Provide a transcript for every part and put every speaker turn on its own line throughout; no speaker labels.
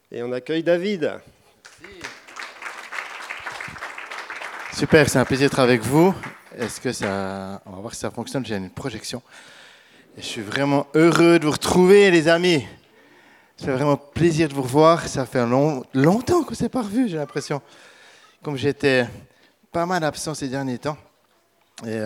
Et on accueille David.
Super, c'est un plaisir d'être avec vous. Est-ce que ça... On va voir si ça fonctionne, j'ai une projection. Et je suis vraiment heureux de vous retrouver, les amis. Ça fait vraiment plaisir de vous revoir. Ça fait longtemps qu'on ne s'est pas revus, j'ai l'impression. Comme j'étais pas mal absent ces derniers temps. Et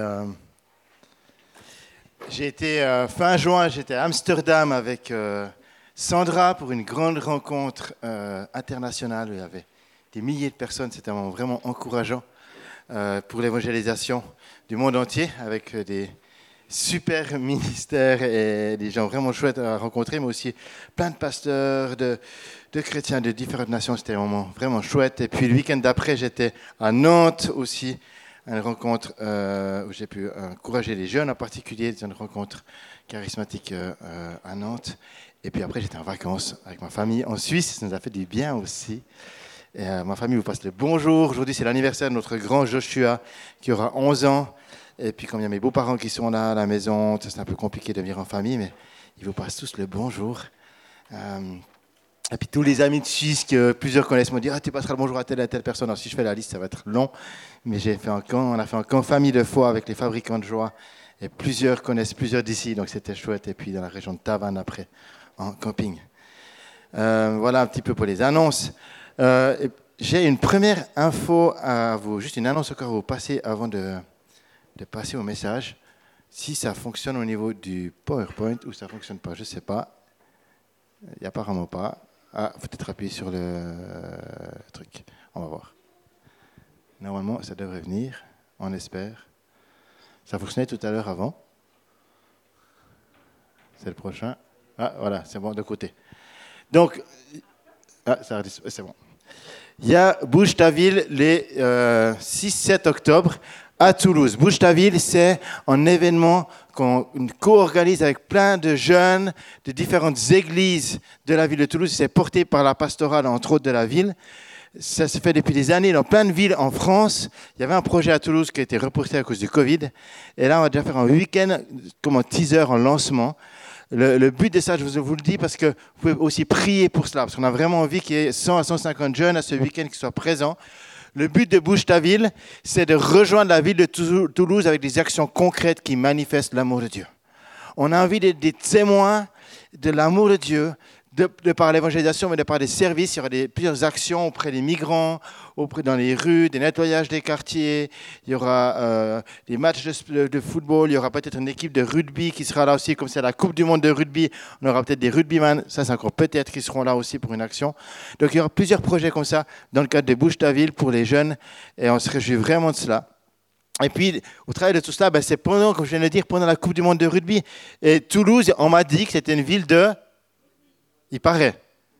j'ai été, fin juin, j'étais à Amsterdam avec Sandra pour une grande rencontre internationale. Il y avait des milliers de personnes, c'était vraiment encourageant pour l'évangélisation du monde entier, avec des super ministères et des gens vraiment chouettes à rencontrer, mais aussi plein de pasteurs, de chrétiens de différentes nations. C'était vraiment chouette. Et puis le week-end d'après, j'étais à Nantes aussi, une rencontre où j'ai pu encourager les jeunes en particulier, une rencontre charismatique à Nantes. Et puis après, j'étais en vacances avec ma famille en Suisse, ça nous a fait du bien aussi. Et, ma famille vous passe le bonjour. Aujourd'hui, c'est l'anniversaire de notre grand Joshua qui aura 11 ans. Et puis, comme il y a mes beaux-parents qui sont là à la maison, c'est un peu compliqué de venir en famille, mais ils vous passent tous le bonjour. Et puis, tous les amis de Suisse que plusieurs connaissent m'ont dit « Ah, tu passeras le bonjour à telle et telle personne. » Alors, si je fais la liste, ça va être long. Mais on a fait un camp famille de foi avec les fabricants de joie. Et plusieurs connaissent plusieurs d'ici, donc c'était chouette. Et puis, dans la région de Tavannes après, en camping. Voilà un petit peu pour les annonces. J'ai une première info à vous, juste une annonce encore à vous passer avant de passer au message. Si ça fonctionne au niveau du PowerPoint ou ça ne fonctionne pas, je ne sais pas. Il n'y a apparemment pas. Ah, peut-être appuyer sur le truc. On va voir. Normalement, ça devrait venir. On espère. Ça fonctionnait tout à l'heure avant. C'est le prochain. Ah, voilà, c'est bon, de côté. Donc, c'est bon. Il y a Bouge ta ville les 6-7 octobre à Toulouse. Bouge ta ville, c'est un événement qu'on co-organise avec plein de jeunes de différentes églises de la ville de Toulouse. C'est porté par la pastorale, entre autres, de la ville. Ça se fait depuis des années dans plein de villes en France. Il y avait un projet à Toulouse qui a été reporté à cause du Covid. Et là, on va déjà faire un week-end comme un teaser, en lancement. Le but de ça, je vous le dis, parce que vous pouvez aussi prier pour cela, parce qu'on a vraiment envie qu'il y ait 100 à 150 jeunes à ce week-end qui soient présents. Le but de Bouge ta ville, c'est de rejoindre la ville de Toulouse avec des actions concrètes qui manifestent l'amour de Dieu. On a envie d'être des témoins de l'amour de Dieu, de par l'évangélisation, mais de par des services. Il y aura plusieurs actions auprès des migrants, dans les rues, des nettoyages des quartiers. Il y aura des matchs de football. Il y aura peut-être une équipe de rugby qui sera là aussi, comme c'est la Coupe du monde de rugby. On aura peut-être des rugbyman. Ça, c'est encore peut-être qui seront là aussi pour une action. Donc, il y aura plusieurs projets comme ça dans le cadre de Bouge ta ville pour les jeunes. Et on se réjouit vraiment de cela. Et puis, au travers de tout cela, c'est pendant, comme je viens de le dire, pendant la Coupe du monde de rugby. Et Toulouse, on m'a dit que c'était une ville de... Il paraît.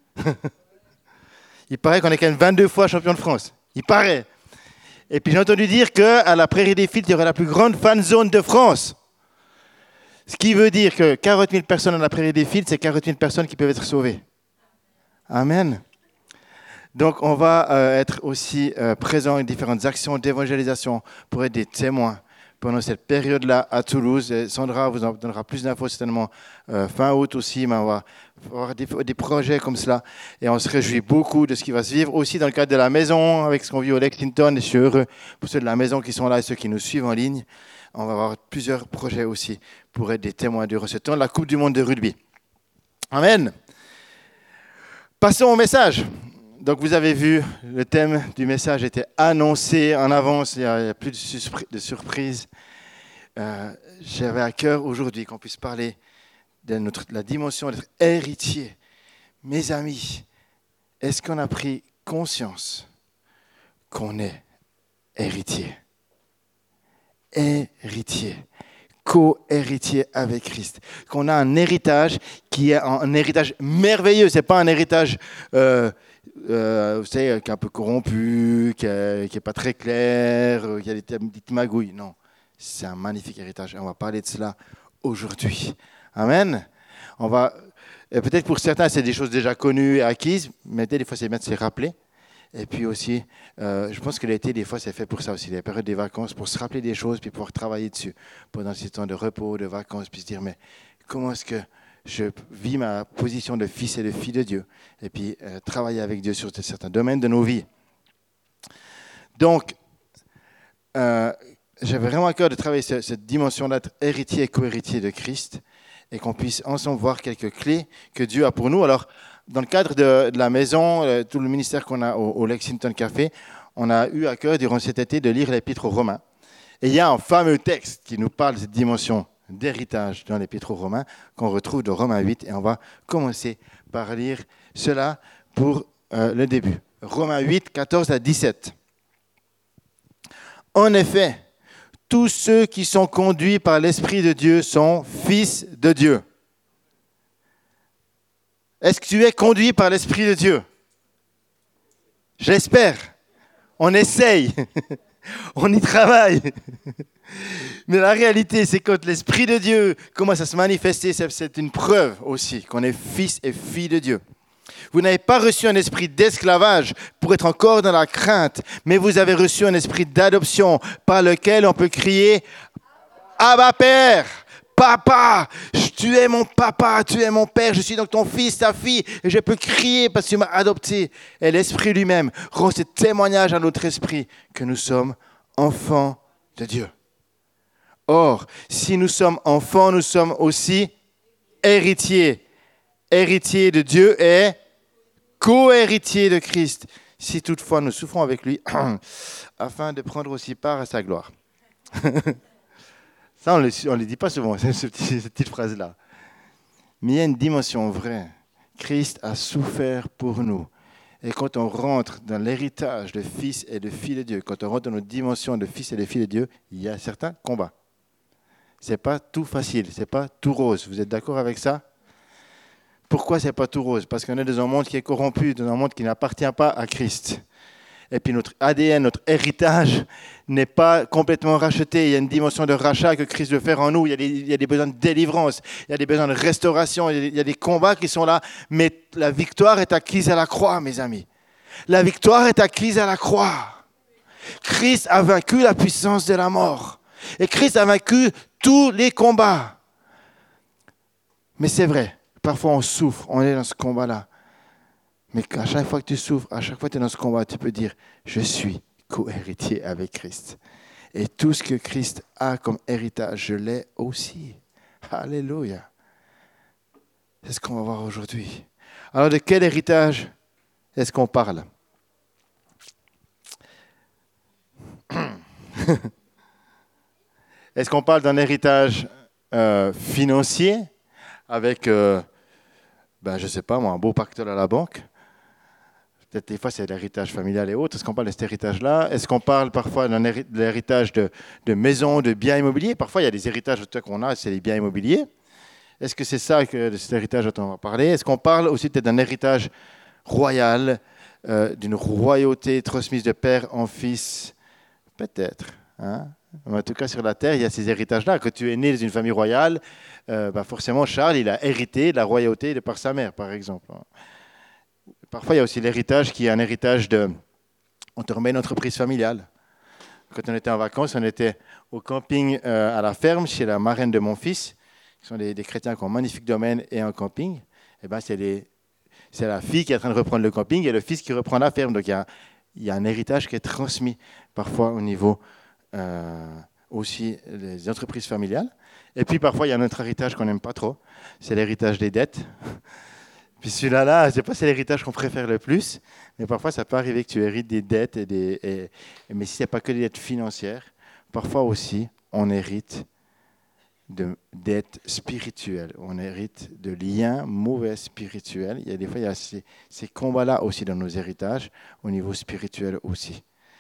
Il paraît qu'on est quand même 22 fois champion de France. Il paraît. Et puis j'ai entendu dire qu'à la Prairie des Filtres, il y aurait la plus grande fan zone de France. Ce qui veut dire que 40 000 personnes à la Prairie des Filtres, c'est 40 000 personnes qui peuvent être sauvées. Amen. Donc on va être aussi présents à différentes actions d'évangélisation pour être des témoins pendant cette période-là à Toulouse. Et Sandra vous en donnera plus d'infos certainement fin août aussi, mais on va avoir des projets comme cela. Et on se réjouit beaucoup de ce qui va se vivre. Aussi dans le cadre de la maison, avec ce qu'on vit au Lexington. Et je suis heureux pour ceux de la maison qui sont là et ceux qui nous suivent en ligne. On va avoir plusieurs projets aussi pour être des témoins durant ce temps de la Coupe du monde de rugby. Amen. Passons au message. Donc vous avez vu, le thème du message était annoncé en avance, il n'y a plus de surprise. J'avais à cœur aujourd'hui qu'on puisse parler de la dimension d'être héritier. Mes amis, est-ce qu'on a pris conscience qu'on est héritier? Héritier, co-héritier avec Christ. Qu'on a un héritage qui est un héritage merveilleux, ce n'est pas un héritage... vous savez, qui est un peu corrompu, qui n'est pas très clair, qui a des petites magouilles. Non, c'est un magnifique héritage. Et on va parler de cela aujourd'hui. Amen. Peut-être pour certains, c'est des choses déjà connues et acquises, mais des fois, c'est bien de se les rappeler. Et puis aussi, je pense que l'été, des fois, c'est fait pour ça aussi, les périodes des vacances, pour se rappeler des choses, puis pouvoir travailler dessus pendant ces temps de repos, de vacances, puis se dire, mais comment est-ce que je vis ma position de fils et de fille de Dieu. Et puis, travailler avec Dieu sur certains domaines de nos vies. Donc, j'avais vraiment à cœur de travailler cette dimension d'être héritier et co-héritier de Christ et qu'on puisse ensemble voir quelques clés que Dieu a pour nous. Alors, dans le cadre de la maison, tout le ministère qu'on a au Lexington Café, on a eu à cœur durant cet été de lire l'Épître aux Romains. Et il y a un fameux texte qui nous parle de cette dimension d'héritage dans l'Épître aux Romains qu'on retrouve dans Romains 8. Et on va commencer par lire cela pour le début. Romains 8, 14 à 17. En effet, tous ceux qui sont conduits par l'Esprit de Dieu sont fils de Dieu. Est-ce que tu es conduit par l'Esprit de Dieu? J'espère. On essaye. On y travaille. Mais la réalité, c'est quand l'Esprit de Dieu commence à se manifester, c'est une preuve aussi qu'on est fils et filles de Dieu. Vous n'avez pas reçu un esprit d'esclavage pour être encore dans la crainte, mais vous avez reçu un esprit d'adoption par lequel on peut crier « Abba Père !» Papa, tu es mon papa, tu es mon père, je suis donc ton fils, ta fille, et je peux crier parce que tu m'as adopté. Et l'Esprit lui-même rend ce témoignage à notre esprit que nous sommes enfants de Dieu. Or, si nous sommes enfants, nous sommes aussi héritiers. Héritiers de Dieu et co-héritiers de Christ, si toutefois nous souffrons avec lui, afin de prendre aussi part à sa gloire. Ça, on ne le dit pas souvent, cette petite phrase-là. Mais il y a une dimension vraie. Christ a souffert pour nous. Et quand on rentre dans l'héritage de fils et de filles de Dieu, quand on rentre dans notre dimension de fils et de filles de Dieu, il y a certains combats. Ce n'est pas tout facile, ce n'est pas tout rose. Vous êtes d'accord avec ça? Pourquoi ce n'est pas tout rose? Parce qu'on est dans un monde qui est corrompu, dans un monde qui n'appartient pas à Christ. Et puis notre ADN, notre héritage n'est pas complètement racheté. Il y a une dimension de rachat que Christ veut faire en nous. Il y a des besoins de délivrance, il y a des besoins de restauration, il y a des combats qui sont là. Mais la victoire est acquise à la croix, mes amis. La victoire est acquise à la croix. Christ a vaincu la puissance de la mort. Et Christ a vaincu tous les combats. Mais c'est vrai, parfois on souffre, on est dans ce combat-là. Mais à chaque fois que tu souffres, à chaque fois que tu es dans ce combat, tu peux dire « Je suis co-héritier avec Christ. » Et tout ce que Christ a comme héritage, je l'ai aussi. Alléluia. C'est ce qu'on va voir aujourd'hui. Alors, de quel héritage est-ce qu'on parle? Est-ce qu'on parle d'un héritage financier avec, je ne sais pas moi, un beau pactole à la banque? Peut-être des fois, c'est l'héritage familial et autres. Est-ce qu'on parle de cet héritage-là? Est-ce qu'on parle parfois de l'héritage de maisons, de biens immobiliers? Parfois, il y a des héritages qu'on a, c'est les biens immobiliers. Est-ce que c'est ça, de cet héritage dont on va parler? Est-ce qu'on parle aussi peut-être d'un héritage royal, d'une royauté transmise de père en fils? Peut-être. Hein? En tout cas, sur la terre, il y a ces héritages-là. Quand tu es né dans une famille royale, forcément, Charles, il a hérité de la royauté de par sa mère, par exemple. Parfois, il y a aussi l'héritage qui est un héritage de... On te remet une entreprise familiale. Quand on était en vacances, on était au camping à la ferme, chez la marraine de mon fils, qui sont des chrétiens qui ont un magnifique domaine et un camping. Et c'est la fille qui est en train de reprendre le camping et le fils qui reprend la ferme. Donc, il y a un héritage qui est transmis parfois au niveau aussi des entreprises familiales. Et puis, parfois, il y a un autre héritage qu'on n'aime pas trop. C'est l'héritage des dettes. Puis celui-là, je ne sais pas si c'est l'héritage qu'on préfère le plus, mais parfois ça peut arriver que tu hérites des dettes, mais si ce n'est pas que des dettes financières, parfois aussi on hérite de dettes spirituelles, on hérite de liens mauvais spirituels. Il y a des fois, il y a ces combats-là aussi dans nos héritages, au niveau spirituel aussi.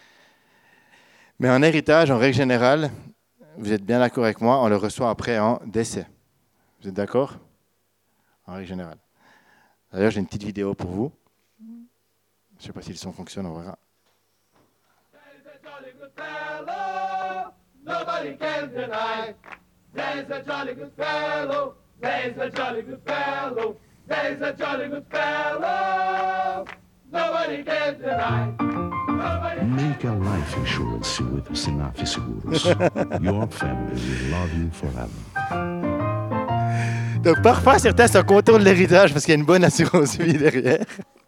Mais un héritage, en règle générale, vous êtes bien d'accord avec moi, on le reçoit après en décès. Vous êtes d'accord? En règle générale. D'ailleurs, j'ai une petite vidéo pour vous. Je ne sais pas si le son fonctionne, on verra. There's a jolly good fellow, nobody can deny. There's a jolly good fellow, there's a jolly good fellow, there's a jolly good fellow, nobody can deny.
Make a life insurance with Sinafi Seguros. Your family will love you forever.
Donc parfois, certains sont contents de l'héritage parce qu'il y a une bonne assurance vie derrière.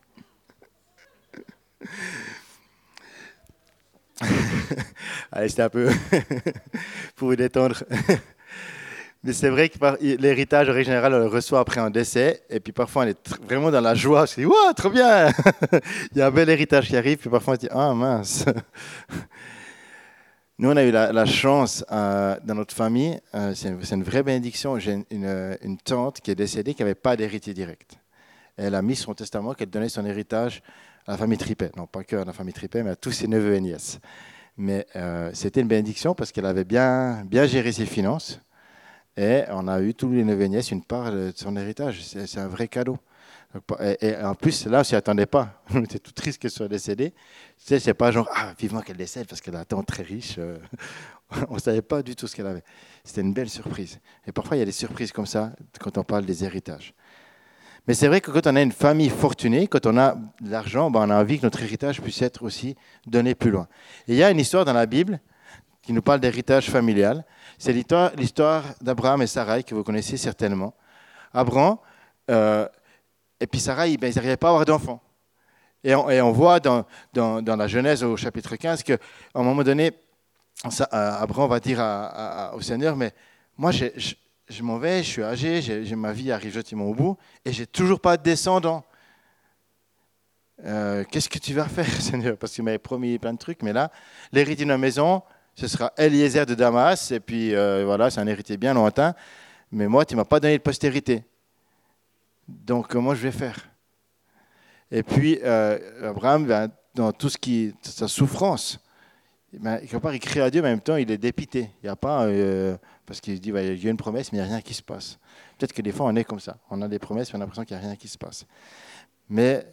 Allez, c'était un peu pour vous détendre. Mais c'est vrai que l'héritage, en règle générale, on le reçoit après un décès. Et puis parfois, on est vraiment dans la joie. On se dit, waouh, trop bien. Il y a un bel héritage qui arrive. Puis parfois, on se dit, ah mince. Nous, on a eu la chance dans notre famille. C'est une vraie bénédiction. J'ai une tante qui est décédée qui n'avait pas d'héritier direct. Elle a mis son testament qu'elle donnait son héritage à la famille Tripet. Non, pas que à la famille Tripet, mais à tous ses neveux et nièces. Mais c'était une bénédiction parce qu'elle avait bien géré ses finances. Et on a eu tous les neveux et nièces une part de son héritage. C'est un vrai cadeau. Et en plus, là, on ne s'y attendait pas. On était tout triste qu'elle soit décédée. Tu sais, c'est pas genre, ah, vivement qu'elle décède parce qu'elle est tante très riche. On ne savait pas du tout ce qu'elle avait. C'était une belle surprise. Et parfois, il y a des surprises comme ça quand on parle des héritages. Mais c'est vrai que quand on a une famille fortunée, quand on a de l'argent, on a envie que notre héritage puisse être aussi donné plus loin. Et il y a une histoire dans la Bible qui nous parle d'héritage familial. C'est l'histoire d'Abraham et Sarai que vous connaissez certainement. Abraham et puis Sarai, ils n'arrivaient pas à avoir d'enfants. Et on voit dans la Genèse au chapitre 15 qu'à un moment donné, Abraham va dire au Seigneur, mais moi je m'en vais, je suis âgé, ma vie arrive gentiment au bout, et j'ai toujours pas de descendants. Qu'est-ce que tu vas faire, Seigneur? Parce qu'il m'avait promis plein de trucs, mais là, l'héritier de la maison, ce sera Eliezer de Damas, et puis voilà, c'est un héritier bien lointain, mais moi, tu ne m'as pas donné de postérité. Donc, comment je vais faire? Et puis, Abraham, dans tout sa souffrance, quelque part, il crie à Dieu, mais en même temps, il est dépité. Il n'y a pas, parce qu'il se dit, il y a une promesse, mais il n'y a rien qui se passe. Peut-être que des fois, on est comme ça. On a des promesses, mais on a l'impression qu'il n'y a rien qui se passe. Mais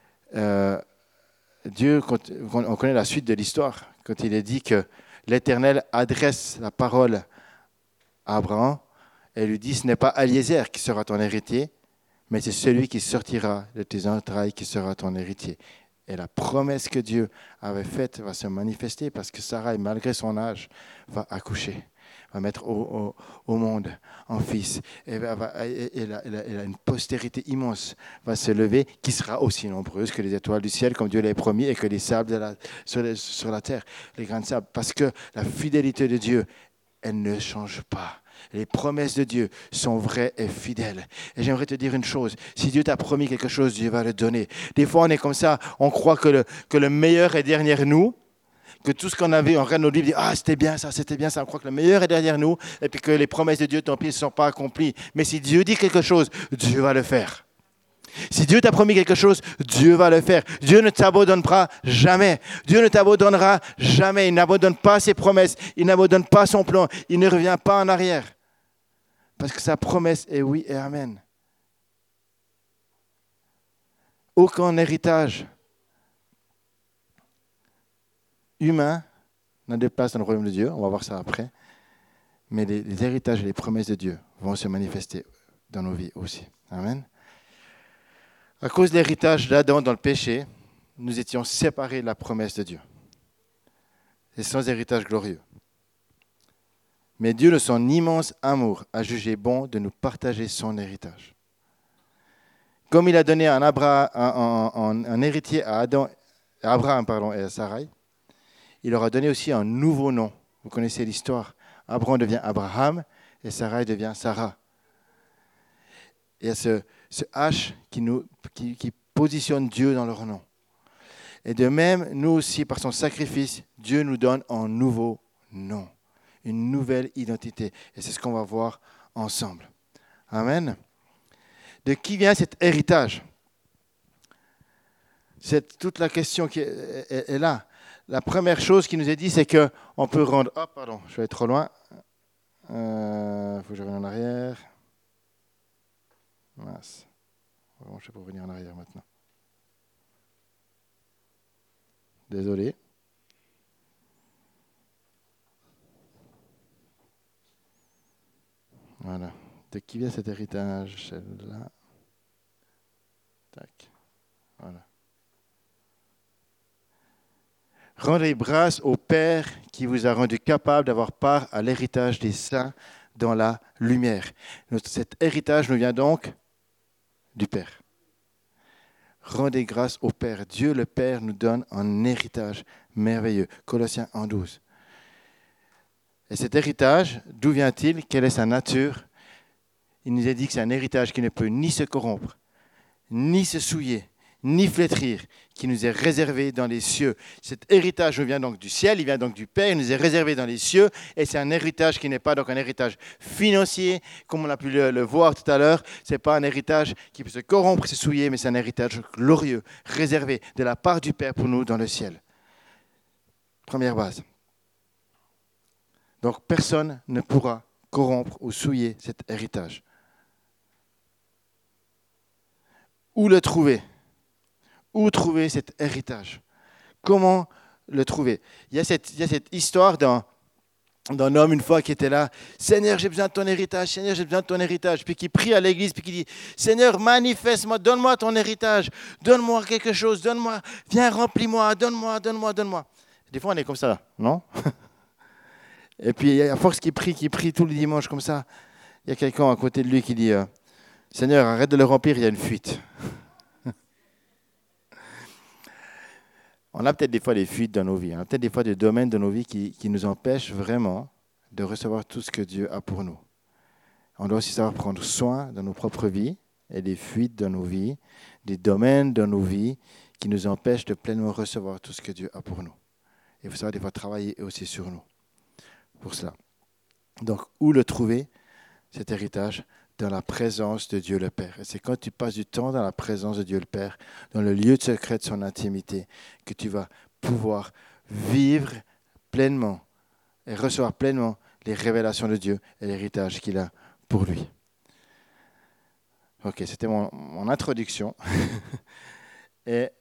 Dieu, on connaît la suite de l'histoire, quand il est dit que l'Éternel adresse la parole à Abraham et lui dit, ce n'est pas Eliezer qui sera ton héritier, mais c'est celui qui sortira de tes entrailles qui sera ton héritier. Et la promesse que Dieu avait faite va se manifester parce que Sarai, malgré son âge, va accoucher, va mettre au monde un fils. Et elle a une postérité immense, va se lever, qui sera aussi nombreuse que les étoiles du ciel, comme Dieu l'a promis, et que les sables sur la terre, les grains de sable. Parce que la fidélité de Dieu, elle ne change pas. Les promesses de Dieu sont vraies et fidèles. Et j'aimerais te dire une chose, si Dieu t'a promis quelque chose, Dieu va le donner. Des fois, on est comme ça, on croit que le meilleur est derrière nous, que tout ce qu'on avait, on regarde nos livres, on dit « Ah, c'était bien ça, on croit que le meilleur est derrière nous, et puis que les promesses de Dieu, tant pis, ne sont pas accomplies. Mais si Dieu dit quelque chose, Dieu va le faire. Si Dieu t'a promis quelque chose, Dieu va le faire. Dieu ne t'abandonnera jamais. Dieu ne t'abandonnera jamais. Il n'abandonne pas ses promesses. Il n'abandonne pas son plan. Il ne revient pas en arrière. Parce que sa promesse est oui et amen. Aucun héritage humain n'a de place dans le royaume de Dieu. On va voir ça après. Mais les héritages et les promesses de Dieu vont se manifester dans nos vies aussi. Amen. À cause de l'héritage d'Adam dans le péché, nous étions séparés de la promesse de Dieu. Et sans héritage glorieux. Mais Dieu, de son immense amour, a jugé bon de nous partager son héritage. Comme il a donné un héritier à Abraham et à Sarai, il leur a donné aussi un nouveau nom. Vous connaissez l'histoire. Abraham devient Abraham et Sarai devient Sarah. Il y a ce H qui positionne Dieu dans leur nom. Et de même, nous aussi, par son sacrifice, Dieu nous donne un nouveau nom, une nouvelle identité. Et c'est ce qu'on va voir ensemble. Amen. De qui vient cet héritage? C'est toute la question qui est là. La première chose qui nous est dit, c'est qu'on peut rendre... Oh, pardon, je vais aller trop loin. Il faut que je revienne en arrière. Mince. Bon, je vais pas revenir en arrière maintenant. Désolé. Voilà. De qui vient cet héritage? Celle-là. Tac. Voilà. Rendez grâce au Père qui vous a rendu capable d'avoir part à l'héritage des saints dans la lumière. Cet héritage nous vient donc du Père. Rendez grâce au Père. Dieu le Père nous donne un héritage merveilleux. Colossiens 1,12. Et cet héritage, d'où vient-il? Quelle est sa nature? Il nous a dit que c'est un héritage qui ne peut ni se corrompre, ni se souiller, ni flétrir, qui nous est réservé dans les cieux. Cet héritage vient donc du ciel, il vient donc du Père, il nous est réservé dans les cieux, et c'est un héritage qui n'est pas donc un héritage financier, comme on a pu le voir tout à l'heure. Ce n'est pas un héritage qui peut se corrompre, se souiller, mais c'est un héritage glorieux, réservé de la part du Père pour nous dans le ciel. Première base. Donc personne ne pourra corrompre ou souiller cet héritage. Où le trouver? Où trouver cet héritage? Comment le trouver? Il y a cette histoire d'un homme une fois qui était là. Seigneur, j'ai besoin de ton héritage. Seigneur, j'ai besoin de ton héritage. Puis qui prie à l'église, puis qui dit, Seigneur, manifeste-moi, donne-moi ton héritage. Donne-moi quelque chose, donne-moi, viens, remplis-moi, donne-moi. Des fois, on est comme ça, non? Et puis, à force qu'il prie tous les dimanches comme ça, il y a quelqu'un à côté de lui qui dit, Seigneur, arrête de le remplir, il y a une fuite. On a peut-être des fois des fuites dans nos vies. On a peut-être des fois des domaines dans nos vies qui nous empêchent vraiment de recevoir tout ce que Dieu a pour nous. On doit aussi savoir prendre soin de nos propres vies et des fuites dans nos vies, des domaines dans nos vies qui nous empêchent de pleinement recevoir tout ce que Dieu a pour nous. Il faut savoir des fois travailler aussi sur nous pour cela. Donc, où le trouver, cet héritage? Dans la présence de Dieu le Père. Et c'est quand tu passes du temps dans la présence de Dieu le Père, dans le lieu de secret de son intimité, que tu vas pouvoir vivre pleinement et recevoir pleinement les révélations de Dieu et l'héritage qu'il a pour lui. Ok, c'était mon introduction. Et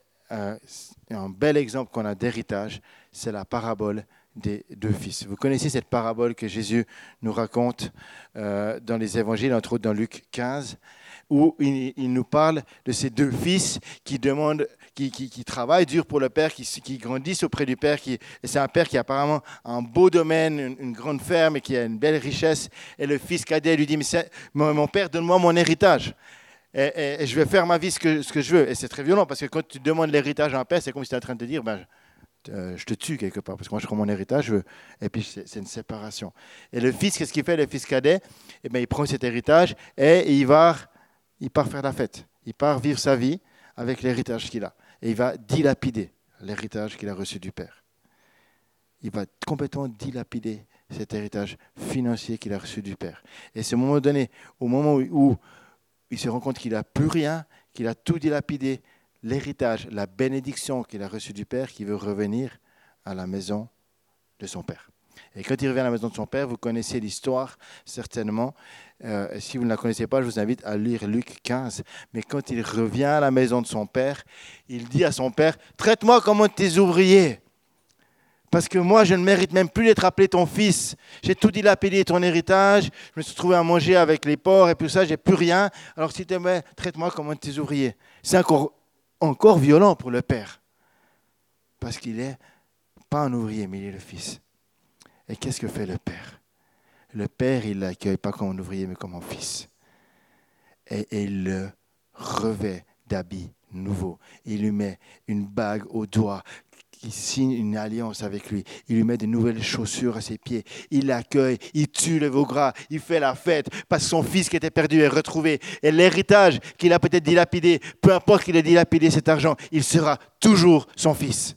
un bel exemple qu'on a d'héritage, c'est la parabole des deux fils. Vous connaissez cette parabole que Jésus nous raconte dans les évangiles, entre autres dans Luc 15, où il nous parle de ces deux fils qui travaillent dur pour le Père, qui grandissent auprès du Père. Et c'est un Père qui a apparemment un beau domaine, une grande ferme et qui a une belle richesse. Et le fils cadet lui dit, mais mon Père, donne-moi mon héritage. Et je vais faire ma vie ce que je veux. Et c'est très violent parce que quand tu demandes l'héritage à un père, c'est comme si tu es en train de te dire, je te tue quelque part, parce que moi je prends mon héritage, et puis c'est une séparation. Et le fils, qu'est-ce qu'il fait, le fils cadet? Il prend cet héritage et il part faire la fête. Il part vivre sa vie avec l'héritage qu'il a. Et il va dilapider l'héritage qu'il a reçu du père. Il va complètement dilapider cet héritage financier qu'il a reçu du père. Et c'est au moment donné, au moment où il se rend compte qu'il n'a plus rien, qu'il a tout dilapidé, l'héritage, la bénédiction qu'il a reçue du Père, qui veut revenir à la maison de son Père. Et quand il revient à la maison de son Père, vous connaissez l'histoire certainement. Si vous ne la connaissez pas, je vous invite à lire Luc 15. Mais quand il revient à la maison de son Père, il dit à son Père, « Traite-moi comme un de tes ouvriers, parce que moi, je ne mérite même plus d'être appelé ton fils. J'ai tout dilapidé, ton héritage. Je me suis trouvé à manger avec les porcs et tout ça, j'ai plus rien. Alors s'il te plaît, traite-moi comme un de tes ouvriers. » C'est encore violent pour le père. Parce qu'il n'est pas un ouvrier, mais il est le fils. Et qu'est-ce que fait le père? Le père, il ne l'accueille pas comme un ouvrier, mais comme un fils. Et il le revêt d'habits nouveaux. Il lui met une bague au doigt. Il signe une alliance avec lui. Il lui met de nouvelles chaussures à ses pieds. Il l'accueille, il tue le veau gras, il fait la fête parce que son fils qui était perdu est retrouvé. Et l'héritage qu'il a peut-être dilapidé, peu importe qu'il ait dilapidé cet argent, il sera toujours son fils.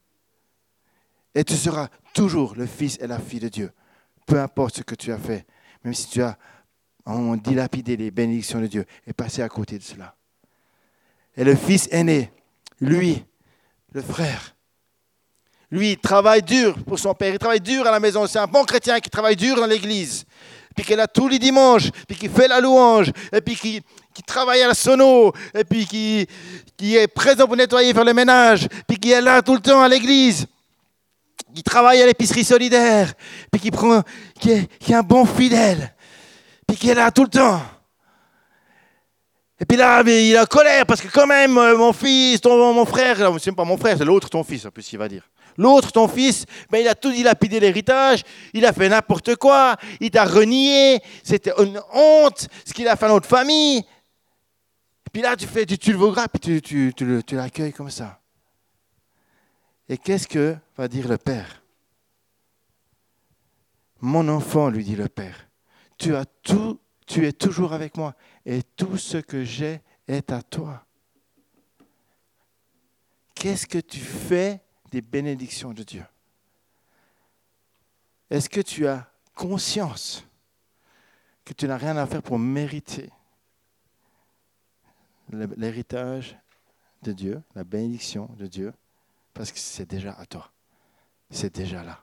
Et tu seras toujours le fils et la fille de Dieu. Peu importe ce que tu as fait, même si tu as à un moment dilapidé les bénédictions de Dieu et passé à côté de cela. Et le fils aîné, lui, le frère, lui, il travaille dur pour son père, il travaille dur à la maison. C'est un bon chrétien qui travaille dur dans l'église. Puis qui est là tous les dimanches, puis qui fait la louange, et puis qui travaille à la sono, et puis qui est présent pour nettoyer, faire le ménage, puis qui est là tout le temps à l'église, qui travaille à l'épicerie solidaire, puis qui est un bon fidèle, puis qui est là tout le temps. Et puis là, mais il est en colère parce que quand même, mon fils, mon frère, là, c'est pas mon frère, c'est l'autre ton fils, en plus, il va dire. L'autre, ton fils, ben, il a tout dilapidé l'héritage, il a fait n'importe quoi, il t'a renié, c'était une honte, ce qu'il a fait à notre famille. Et puis là, tu le voudras, puis tu l'accueilles comme ça. Et qu'est-ce que va dire le père? Mon enfant, lui dit le père, tu es toujours avec moi, et tout ce que j'ai est à toi. Qu'est-ce que tu fais des bénédictions de Dieu? Est-ce que tu as conscience que tu n'as rien à faire pour mériter l'héritage de Dieu, la bénédiction de Dieu, parce que c'est déjà à toi. C'est déjà là.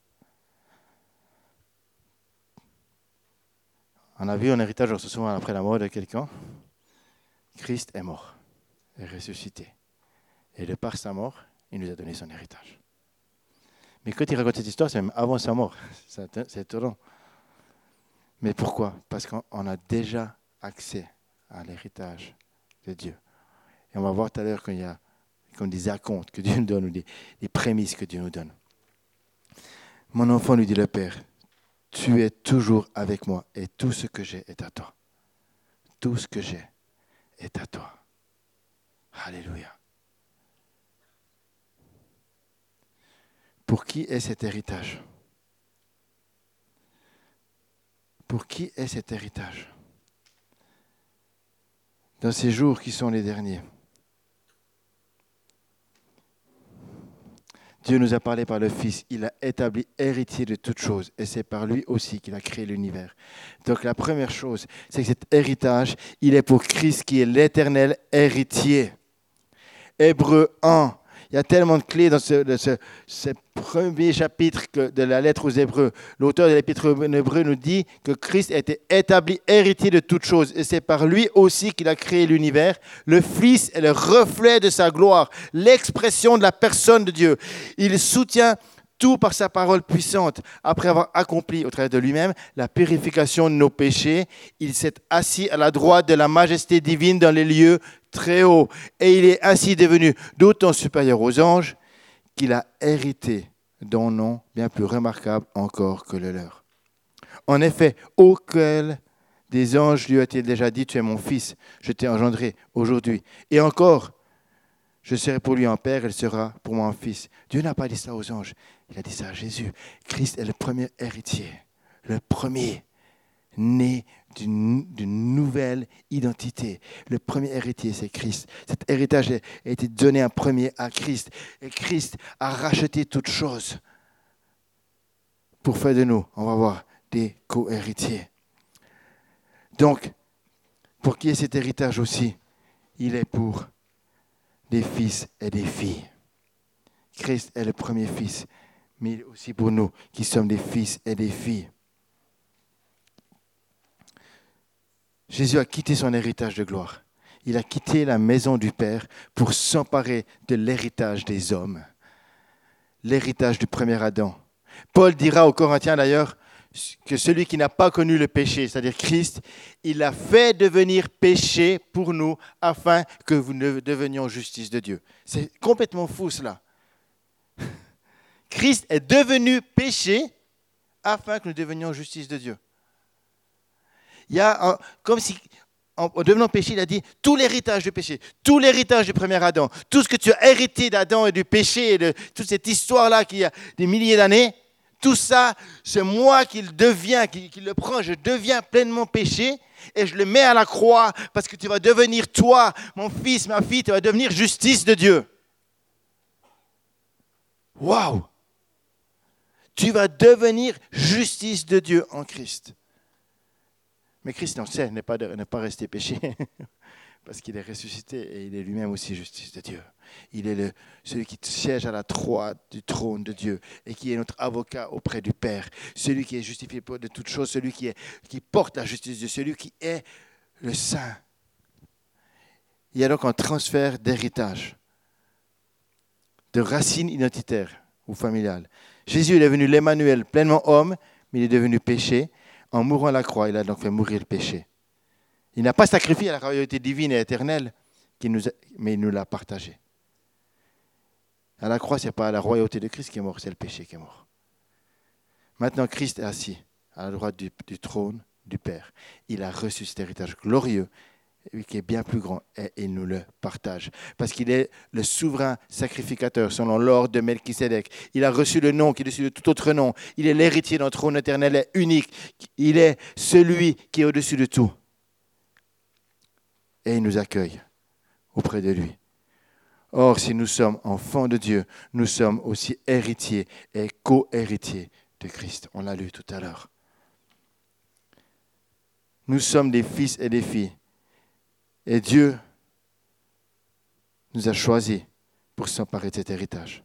On a vu un héritage souvent après la mort de quelqu'un. Christ est mort, est ressuscité. Et de par sa mort, il nous a donné son héritage. Mais quand il raconte cette histoire, c'est même avant sa mort. C'est étonnant. Mais pourquoi? Parce qu'on a déjà accès à l'héritage de Dieu. Et on va voir tout à l'heure qu'il y a comme des acomptes que Dieu nous donne, ou des prémices que Dieu nous donne. Mon enfant, lui dit le Père, tu es toujours avec moi et tout ce que j'ai est à toi. Tout ce que j'ai est à toi. Alléluia. Pour qui est cet héritage? Pour qui est cet héritage? Dans ces jours qui sont les derniers, Dieu nous a parlé par le Fils. Il a établi héritier de toutes choses. Et c'est par lui aussi qu'il a créé l'univers. Donc la première chose, c'est que cet héritage, il est pour Christ qui est l'éternel héritier. Hébreux 1. Il y a tellement de clés dans ce premier chapitre de la lettre aux Hébreux. L'auteur de l'épître aux Hébreux nous dit que Christ a été établi héritier de toutes choses. Et c'est par lui aussi qu'il a créé l'univers. Le Fils est le reflet de sa gloire, l'expression de la personne de Dieu. Il soutient tout par sa parole puissante. Après avoir accompli au travers de lui-même la purification de nos péchés, il s'est assis à la droite de la majesté divine dans les lieux très haut. Et il est ainsi devenu d'autant supérieur aux anges qu'il a hérité d'un nom bien plus remarquable encore que le leur. En effet, auquel des anges lui a-t-il déjà dit « Tu es mon fils, je t'ai engendré aujourd'hui. » Et encore, « Je serai pour lui un père, il sera pour moi un fils. » Dieu n'a pas dit ça aux anges, il a dit ça à Jésus. Christ est le premier héritier, le premier né d'une nouvelle identité. Le premier héritier, c'est Christ. Cet héritage a été donné en premier à Christ. Et Christ a racheté toutes choses pour faire de nous, on va voir, des co-héritiers. Donc, pour qui est cet héritage aussi? Il est pour des fils et des filles. Christ est le premier fils, mais il est aussi pour nous qui sommes des fils et des filles. Jésus a quitté son héritage de gloire. Il a quitté la maison du Père pour s'emparer de l'héritage des hommes, l'héritage du premier Adam. Paul dira aux Corinthiens d'ailleurs que celui qui n'a pas connu le péché, c'est-à-dire Christ, il a fait devenir péché pour nous afin que nous devenions justice de Dieu. C'est complètement fou cela. Christ est devenu péché afin que nous devenions justice de Dieu. Il y a comme si, en devenant péché, il a dit tout l'héritage du péché, tout l'héritage du premier Adam, tout ce que tu as hérité d'Adam et du péché, et de toute cette histoire-là qui a des milliers d'années, tout ça, c'est moi qui le deviens, qui le prends, je deviens pleinement péché et je le mets à la croix parce que tu vas devenir toi, mon fils, ma fille, tu vas devenir justice de Dieu. Waouh! Tu vas devenir justice de Dieu en Christ. Mais Christ, on sait, n'est pas resté péché, parce qu'il est ressuscité et il est lui-même aussi justice de Dieu. Il est celui qui siège à la droite du trône de Dieu et qui est notre avocat auprès du Père, celui qui est justifié de toutes choses, celui qui porte la justice de Dieu, celui qui est le Saint. Il y a donc un transfert d'héritage, de racines identitaires ou familiales. Jésus il est devenu l'Emmanuel, pleinement homme, mais il est devenu péché. En mourant à la croix, il a donc fait mourir le péché. Il n'a pas sacrifié la royauté divine et éternelle, mais il nous l'a partagée. À la croix, ce n'est pas la royauté de Christ qui est mort, c'est le péché qui est mort. Maintenant, Christ est assis à la droite du trône du Père. Il a reçu cet héritage glorieux, qui est bien plus grand, et il nous le partage. Parce qu'il est le souverain sacrificateur, selon l'ordre de Melchisédek. Il a reçu le nom qui est au-dessus de tout autre nom. Il est l'héritier d'un trône éternel et unique. Il est celui qui est au-dessus de tout. Et il nous accueille auprès de lui. Or, si nous sommes enfants de Dieu, nous sommes aussi héritiers et co-héritiers de Christ. On l'a lu tout à l'heure. Nous sommes des fils et des filles. Et Dieu nous a choisis pour s'emparer de cet héritage.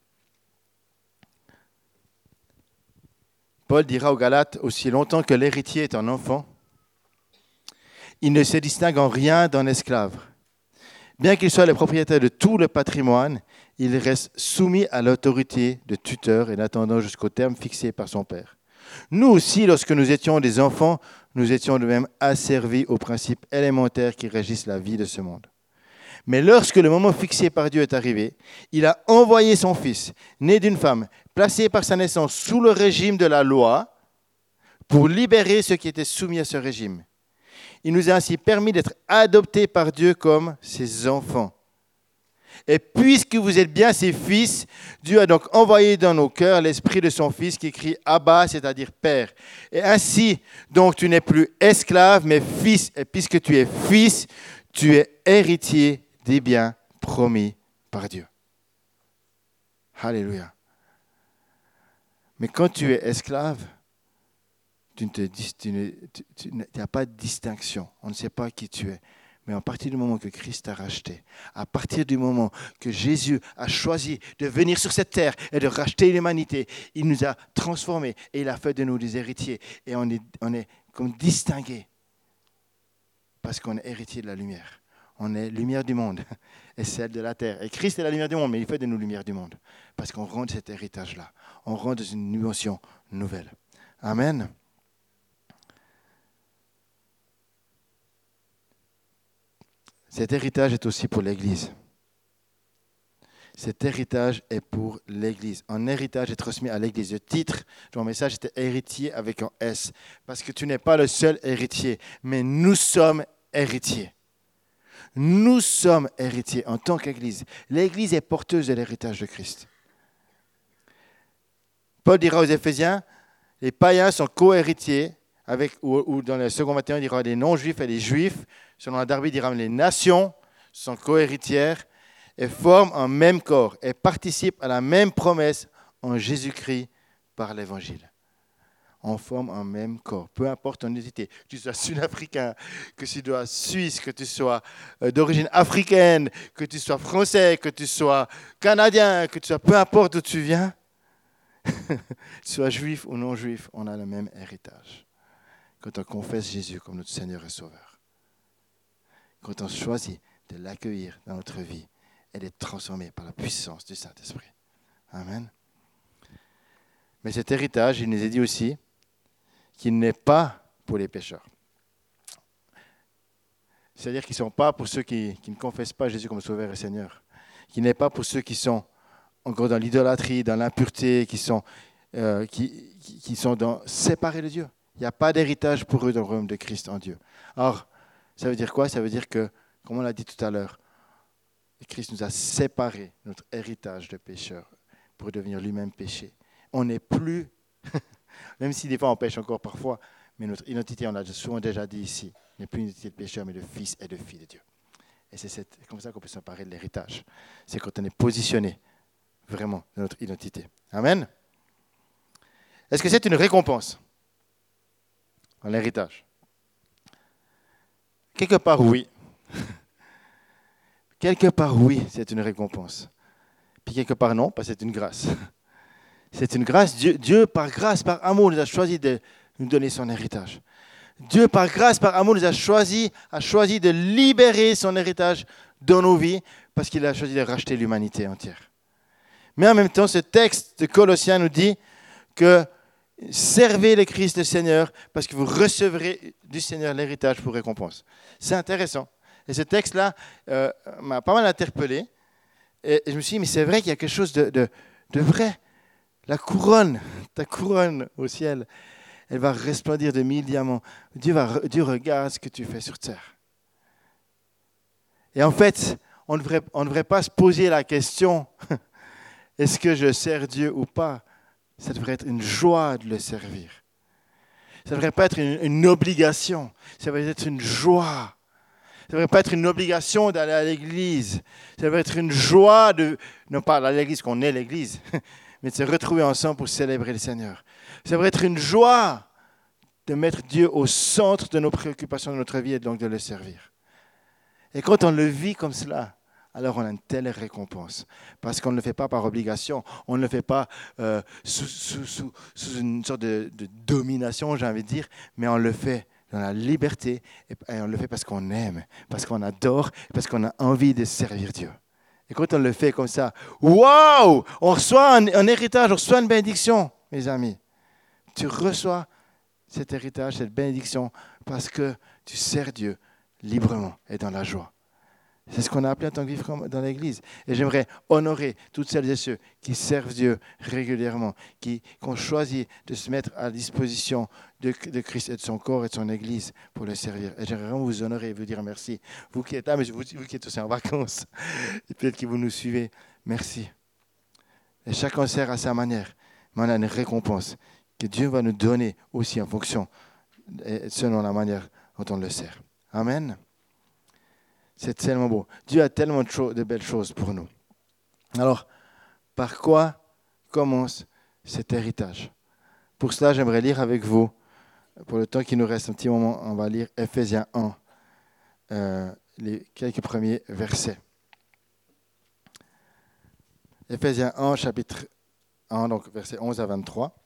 Paul dira aux Galates, aussi longtemps que l'héritier est un enfant, il ne se distingue en rien d'un esclave. Bien qu'il soit le propriétaire de tout le patrimoine, il reste soumis à l'autorité de tuteur et n'attendant jusqu'au terme fixé par son père. Nous aussi, lorsque nous étions des enfants, nous étions de même asservis aux principes élémentaires qui régissent la vie de ce monde. Mais lorsque le moment fixé par Dieu est arrivé, il a envoyé son Fils, né d'une femme, placé par sa naissance sous le régime de la loi, pour libérer ceux qui étaient soumis à ce régime. Il nous a ainsi permis d'être adoptés par Dieu comme ses enfants. Et puisque vous êtes bien ses fils, Dieu a donc envoyé dans nos cœurs l'esprit de son Fils qui crie « Abba », c'est-à-dire « Père ». Et ainsi, donc, tu n'es plus esclave, mais fils. Et puisque tu es fils, tu es héritier des biens promis par Dieu. Alléluia. Mais quand tu es esclave, tu n'as pas de distinction. On ne sait pas qui tu es. Mais à partir du moment que Christ t'a racheté, à partir du moment que Jésus a choisi de venir sur cette terre et de racheter l'humanité, il nous a transformés et il a fait de nous des héritiers. Et on est comme distingués parce qu'on est héritier de la lumière. On est lumière du monde et celle de la terre. Et Christ est la lumière du monde, mais il fait de nous lumière du monde parce qu'on rentre cet héritage-là. On rentre dans une dimension nouvelle. Amen. Cet héritage est aussi pour l'Église. Cet héritage est pour l'Église. Un héritage est transmis à l'Église. Le titre de mon message était « Héritier » avec un S. Parce que tu n'es pas le seul héritier, mais nous sommes héritiers. Nous sommes héritiers en tant qu'Église. L'Église est porteuse de l'héritage de Christ. Paul dira aux Éphésiens, les païens sont co-héritiers, ou dans le second Matthieu, il dira les non-juifs et les juifs. Selon la Darby, il dira les nations sont co-héritières et forment un même corps et participent à la même promesse en Jésus-Christ par l'Évangile. On forme un même corps, peu importe ton identité, que tu sois sud-africain, que tu sois suisse, que tu sois d'origine africaine, que tu sois français, que tu sois canadien, que tu sois peu importe d'où tu viens, tu sois juif ou non juif, on a le même héritage. Quand on confesse Jésus comme notre Seigneur et Sauveur, quand on choisit de l'accueillir dans notre vie et d'être transformé par la puissance du Saint-Esprit. Amen. Mais cet héritage, il nous est dit aussi qu'il n'est pas pour les pécheurs. C'est-à-dire qu'ils ne sont pas pour ceux qui ne confessent pas Jésus comme Sauveur et Seigneur. Qu'il n'est pas pour ceux qui sont encore dans l'idolâtrie, dans l'impureté, qui sont séparés de Dieu. Il n'y a pas d'héritage pour eux dans le royaume de Christ en Dieu. Alors, ça veut dire quoi? Ça veut dire que, comme on l'a dit tout à l'heure, Christ nous a séparés notre héritage de pécheurs pour devenir lui-même péché. On n'est plus, même si des fois on pêche encore parfois, mais notre identité, on l'a souvent déjà dit ici, n'est plus une identité de pécheur, mais de fils et de filles de Dieu. Et c'est comme ça qu'on peut s'emparer de l'héritage. C'est quand on est positionné vraiment dans notre identité. Amen. Est-ce que c'est une récompense en l'héritage? Quelque part, oui. Quelque part, oui, c'est une récompense. Puis quelque part, non, parce que c'est une grâce. C'est une grâce. Dieu, par grâce, par amour, nous a choisi de nous donner son héritage. Dieu, par grâce, par amour, nous a choisi de libérer son héritage dans nos vies parce qu'il a choisi de racheter l'humanité entière. Mais en même temps, ce texte de Colossiens nous dit que Servez le Christ le Seigneur parce que vous recevrez du Seigneur l'héritage pour récompense. C'est intéressant. Et ce texte-là m'a pas mal interpellé. Et je me suis dit, mais c'est vrai qu'il y a quelque chose de vrai. La couronne, ta couronne au ciel, elle va resplendir de 1000 diamants. Dieu regarde ce que tu fais sur terre. Et en fait, on ne devrait pas se poser la question, est-ce que je sers Dieu ou pas? Ça devrait être une joie de le servir. Ça ne devrait pas être une obligation, ça devrait être une joie. Ça ne devrait pas être une obligation d'aller à l'église. Ça devrait être une joie non pas aller à l'église, qu'on est l'église, mais de se retrouver ensemble pour célébrer le Seigneur. Ça devrait être une joie de mettre Dieu au centre de nos préoccupations de notre vie et donc de le servir. Et quand on le vit comme cela, alors on a une telle récompense. Parce qu'on ne le fait pas par obligation, on ne le fait pas sous une sorte de domination, j'ai envie de dire, mais on le fait dans la liberté et on le fait parce qu'on aime, parce qu'on adore, parce qu'on a envie de servir Dieu. Et quand on le fait comme ça, waouh, on reçoit un héritage, on reçoit une bénédiction, mes amis. Tu reçois cet héritage, cette bénédiction, parce que tu sers Dieu librement et dans la joie. C'est ce qu'on a appelé en tant que vivre dans l'Église. Et j'aimerais honorer toutes celles et ceux qui servent Dieu régulièrement, qui ont choisi de se mettre à disposition de Christ et de son corps et de son Église pour le servir. Et j'aimerais vraiment vous honorer et vous dire merci. Vous qui êtes là, mais vous qui êtes aussi en vacances, et peut-être que vous nous suivez, merci. Et chacun sert à sa manière, mais on a une récompense que Dieu va nous donner aussi en fonction, et selon la manière dont on le sert. Amen. C'est tellement beau. Dieu a tellement de belles choses pour nous. Alors, par quoi commence cet héritage? Pour cela, j'aimerais lire avec vous, pour le temps qui nous reste un petit moment, on va lire Ephésiens 1, les quelques premiers versets. Ephésiens 1, chapitre 1, donc versets 11 à 23.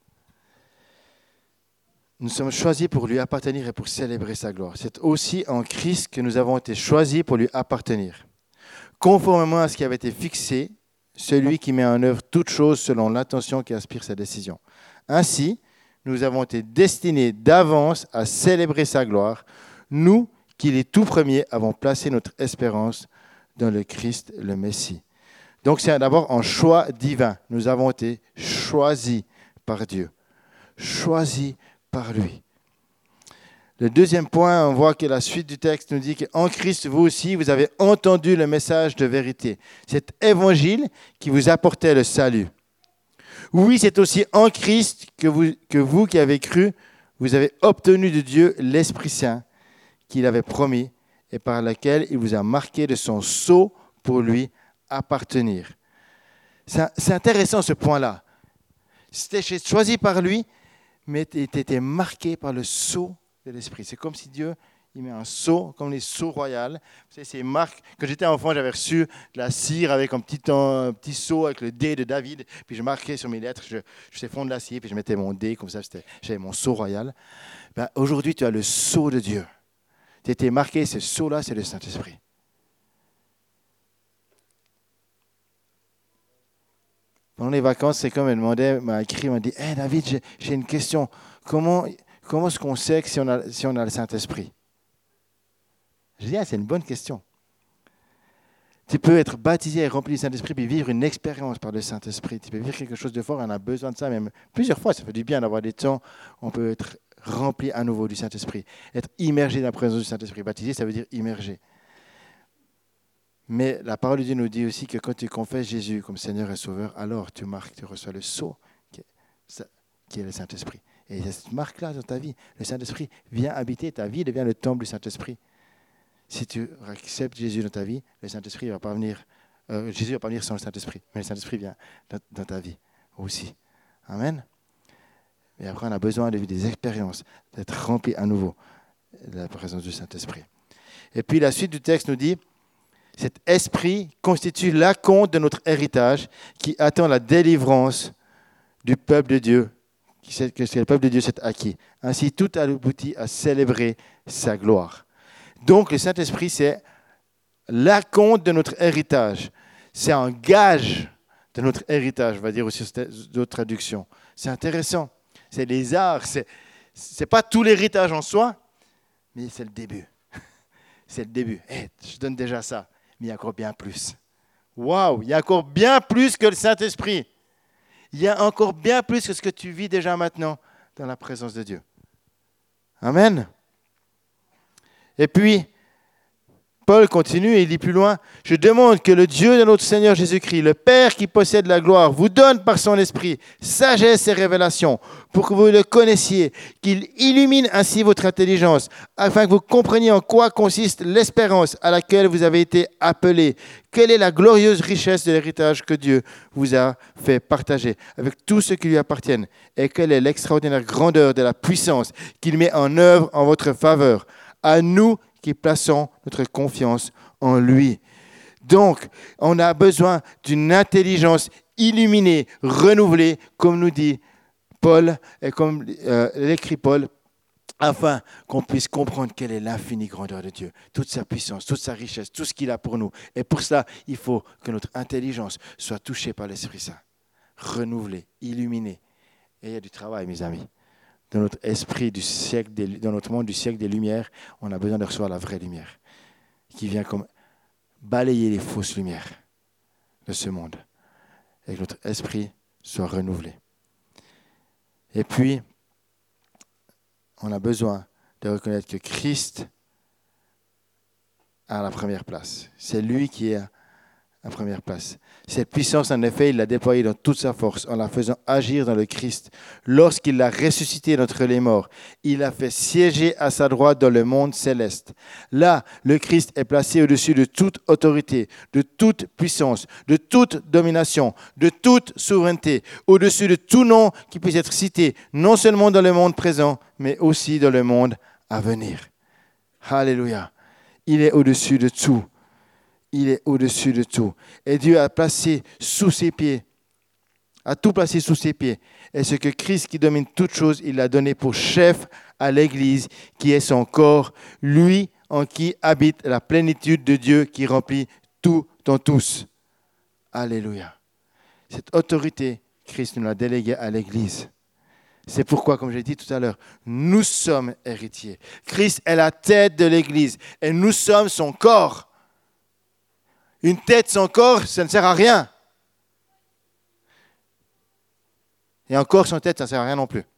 Nous sommes choisis pour lui appartenir et pour célébrer sa gloire. C'est aussi en Christ que nous avons été choisis pour lui appartenir. Conformément à ce qui avait été fixé, celui qui met en œuvre toutes choses selon l'intention qui inspire sa décision. Ainsi, nous avons été destinés d'avance à célébrer sa gloire, nous qui les tout premiers avons placé notre espérance dans le Christ, le Messie. Donc c'est d'abord un choix divin. Nous avons été choisis par Dieu. Choisis par lui. Le deuxième point, on voit que la suite du texte nous dit qu'en Christ, vous aussi, vous avez entendu le message de vérité. Cet évangile qui vous apportait le salut. Oui, c'est aussi en Christ que vous qui avez cru, vous avez obtenu de Dieu l'Esprit Saint qu'il avait promis et par lequel il vous a marqué de son sceau pour lui appartenir. C'est intéressant ce point-là. C'était choisi par lui, mais tu étais marqué par le sceau de l'Esprit. C'est comme si Dieu, il met un sceau, comme les sceaux royales. Vous savez, ces marques. Quand j'étais enfant, j'avais reçu de la cire avec un petit sceau avec le dé de David. Puis je marquais sur mes lettres, je faisais fondre la cire, puis je mettais mon dé, comme ça, j'avais mon sceau royal. Ben, aujourd'hui, tu as le sceau de Dieu. Tu étais marqué, ce sceau-là, c'est le Saint-Esprit. Pendant les vacances, c'est comme elle m'a écrit, elle m'a dit « Hey David, j'ai une question. Comment est-ce qu'on sait que si on a le Saint-Esprit ?» Je dis « c'est une bonne question. » Tu peux être baptisé et rempli du Saint-Esprit puis vivre une expérience par le Saint-Esprit. Tu peux vivre quelque chose de fort, on a besoin de ça même plusieurs fois. Ça fait du bien d'avoir des temps où on peut être rempli à nouveau du Saint-Esprit. Être immergé dans la présence du Saint-Esprit. Baptisé, ça veut dire immergé. Mais la parole de Dieu nous dit aussi que quand tu confesses Jésus comme Seigneur et Sauveur, alors tu reçois le sceau qui est le Saint-Esprit. Et il y a cette marque-là dans ta vie. Le Saint-Esprit vient habiter, ta vie devient le temple du Saint-Esprit. Si tu acceptes Jésus dans ta vie, le Saint-Esprit ne va pas venir. Jésus ne va pas venir sans le Saint-Esprit, mais le Saint-Esprit vient dans ta vie aussi. Amen. Et après, on a besoin de vivre des expériences, d'être rempli à nouveau de la présence du Saint-Esprit. Et puis la suite du texte nous dit, cet esprit constitue l'acompte de notre héritage qui attend la délivrance du peuple de Dieu, que le peuple de Dieu s'est acquis. Ainsi, tout aboutit à célébrer sa gloire. Donc, le Saint-Esprit, c'est l'acompte de notre héritage. C'est un gage de notre héritage, on va dire aussi d'autres traductions. C'est intéressant. c'est les arts, c'est pas tout l'héritage en soi, mais c'est le début. C'est le début. Hey, je donne déjà ça, mais il y a encore bien plus. Waouh, il y a encore bien plus que le Saint-Esprit. Il y a encore bien plus que ce que tu vis déjà maintenant dans la présence de Dieu. Amen. Et puis, Paul continue et il dit plus loin, « Je demande que le Dieu de notre Seigneur Jésus-Christ, le Père qui possède la gloire, vous donne par son esprit sagesse et révélation pour que vous le connaissiez, qu'il illumine ainsi votre intelligence, afin que vous compreniez en quoi consiste l'espérance à laquelle vous avez été appelés. Quelle est la glorieuse richesse de l'héritage que Dieu vous a fait partager avec tous ceux qui lui appartiennent, et quelle est l'extraordinaire grandeur de la puissance qu'il met en œuvre en votre faveur. À nous qui plaçons notre confiance en lui. » Donc, on a besoin d'une intelligence illuminée, renouvelée, comme nous dit Paul, et comme l'écrit Paul, afin qu'on puisse comprendre quelle est l'infinie grandeur de Dieu, toute sa puissance, toute sa richesse, tout ce qu'il a pour nous. Et pour cela, il faut que notre intelligence soit touchée par l'Esprit Saint, renouvelée, illuminée. Et il y a du travail, mes amis. Dans notre esprit du siècle, dans notre monde du siècle des Lumières, on a besoin de recevoir la vraie lumière qui vient comme balayer les fausses lumières de ce monde et que notre esprit soit renouvelé. Et puis, on a besoin de reconnaître que Christ a la première place. C'est lui qui est à première place. Cette puissance, en effet, il l'a déployée dans toute sa force en la faisant agir dans le Christ. Lorsqu'il l'a ressuscité d'entre les morts, il l'a fait siéger à sa droite dans le monde céleste. Là, le Christ est placé au-dessus de toute autorité, de toute puissance, de toute domination, de toute souveraineté, au-dessus de tout nom qui puisse être cité, non seulement dans le monde présent, mais aussi dans le monde à venir. Alléluia. Il est au-dessus de tout. Il est au-dessus de tout. Et Dieu a placé sous ses pieds, a tout placé sous ses pieds. Et ce que Christ qui domine toutes choses, il l'a donné pour chef à l'Église, qui est son corps, lui en qui habite la plénitude de Dieu qui remplit tout en tous. Alléluia. Cette autorité, Christ nous l'a déléguée à l'Église. C'est pourquoi, comme j'ai dit tout à l'heure, nous sommes héritiers. Christ est la tête de l'Église et nous sommes son corps. Une tête sans corps, ça ne sert à rien. Et un corps sans tête, ça ne sert à rien non plus.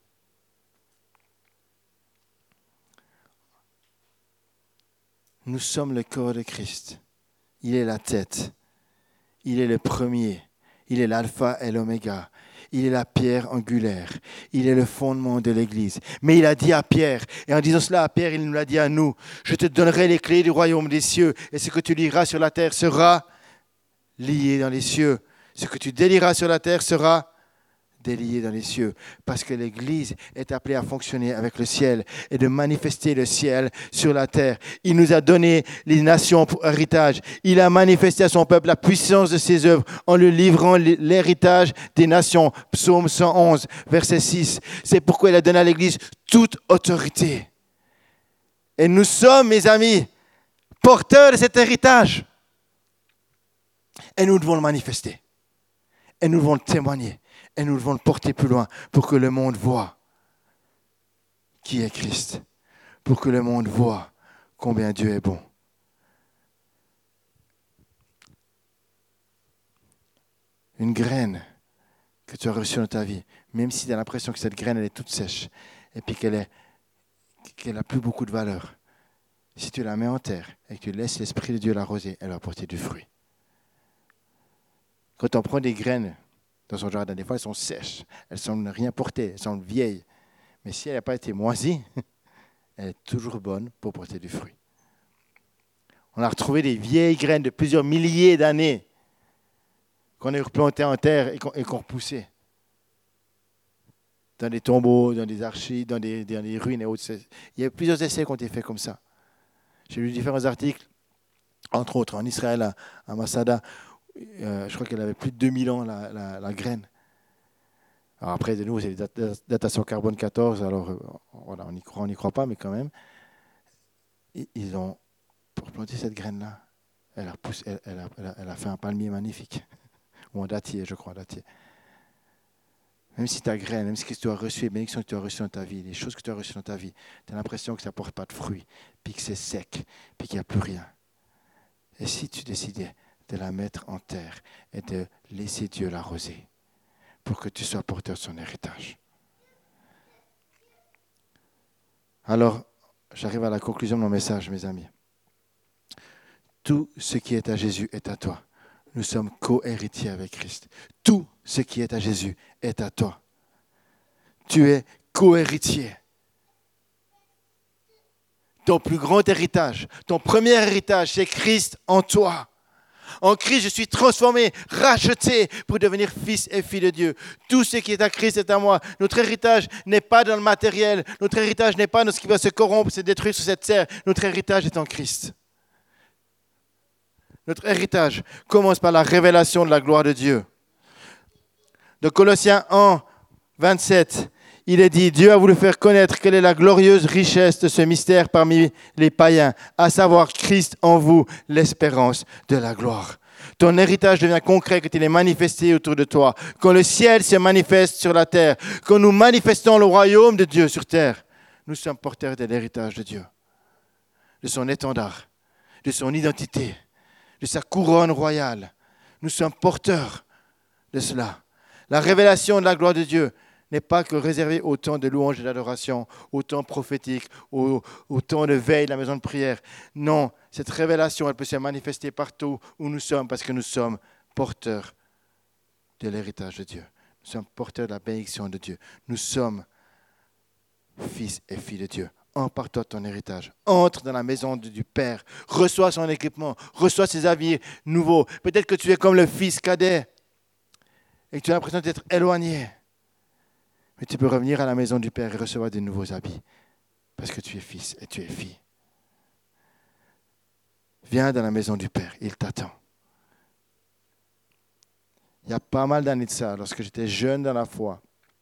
Nous sommes le corps de Christ. Il est la tête. Il est le premier. Il est l'alpha et l'oméga. Il est la pierre angulaire. Il est le fondement de l'Église. Mais il a dit à Pierre, et en disant cela à Pierre, il nous l'a dit à nous, « Je te donnerai les clés du royaume des cieux, et ce que tu lieras sur la terre sera lié dans les cieux. Ce que tu délieras sur la terre sera délié dans les cieux. » Parce que l'Église est appelée à fonctionner avec le ciel et de manifester le ciel sur la terre. Il nous a donné les nations pour héritage. Il a manifesté à son peuple la puissance de ses œuvres en lui livrant l'héritage des nations. Psaume 111, verset 6. C'est pourquoi il a donné à l'Église toute autorité. Et nous sommes, mes amis, porteurs de cet héritage. Et nous devons le manifester. Et nous devons le témoigner. Et nous devons le porter plus loin pour que le monde voit qui est Christ. Pour que le monde voit combien Dieu est bon. Une graine que tu as reçue dans ta vie, même si tu as l'impression que cette graine elle est toute sèche et puis qu'elle n'a plus beaucoup de valeur, si tu la mets en terre et que tu laisses l'Esprit de Dieu l'arroser, elle va porter du fruit. Quand on prend des graines dans son jardin, des fois elles sont sèches, elles semblent rien porter, elles semblent vieilles. Mais si elle n'a pas été moisie, elle est toujours bonne pour porter du fruit. On a retrouvé des vieilles graines de plusieurs milliers d'années qu'on a replantées en terre et qu'on repoussait. Dans des tombeaux, dans des archives, dans des ruines et autres. Il y a plusieurs essais qui ont été faits comme ça. J'ai lu différents articles, entre autres en Israël, à Masada. Je crois qu'elle avait plus de 2000 ans, la graine. Alors après, de nouveau, c'est des datations carbone 14, alors voilà, on n'y croit pas, mais quand même. Ils ont, pour planter cette graine-là, elle a fait un palmier magnifique. Ou un dattier, je crois, dattier. Même si ta graine, même si tu as reçu les bénédictions que tu as reçues dans ta vie, les choses que tu as reçues dans ta vie, tu as l'impression que ça ne porte pas de fruits, puis que c'est sec, puis qu'il n'y a plus rien. Et si tu décidais de la mettre en terre et de laisser Dieu l'arroser pour que tu sois porteur de son héritage. Alors, j'arrive à la conclusion de mon message, mes amis. Tout ce qui est à Jésus est à toi. Nous sommes co-héritiers avec Christ. Tout ce qui est à Jésus est à toi. Tu es co-héritier. Ton plus grand héritage, ton premier héritage, c'est Christ en toi. En Christ, je suis transformé, racheté pour devenir fils et fille de Dieu. Tout ce qui est à Christ est à moi. Notre héritage n'est pas dans le matériel. Notre héritage n'est pas dans ce qui va se corrompre, se détruire sur cette terre. Notre héritage est en Christ. Notre héritage commence par la révélation de la gloire de Dieu. Dans Colossiens 1, 27, il est dit, Dieu a voulu faire connaître quelle est la glorieuse richesse de ce mystère parmi les païens, à savoir Christ en vous, l'espérance de la gloire. Ton héritage devient concret quand il est manifesté autour de toi, quand le ciel se manifeste sur la terre, quand nous manifestons le royaume de Dieu sur terre. Nous sommes porteurs de l'héritage de Dieu, de son étendard, de son identité, de sa couronne royale. Nous sommes porteurs de cela. La révélation de la gloire de Dieu n'est pas que réservée au temps de louange et d'adoration, au temps prophétique, au temps de veille de la maison de prière. Non, cette révélation, elle peut se manifester partout où nous sommes parce que nous sommes porteurs de l'héritage de Dieu. Nous sommes porteurs de la bénédiction de Dieu. Nous sommes fils et filles de Dieu. Empare-toi de ton héritage. Entre dans la maison du Père. Reçois son équipement. Reçois ses habits nouveaux. Peut-être que tu es comme le fils cadet et que tu as l'impression d'être éloigné. Mais tu peux revenir à la maison du Père et recevoir de nouveaux habits parce que tu es fils et tu es fille. Viens dans la maison du Père, il t'attend. Il y a pas mal d'années de ça, lorsque j'étais jeune dans la foi,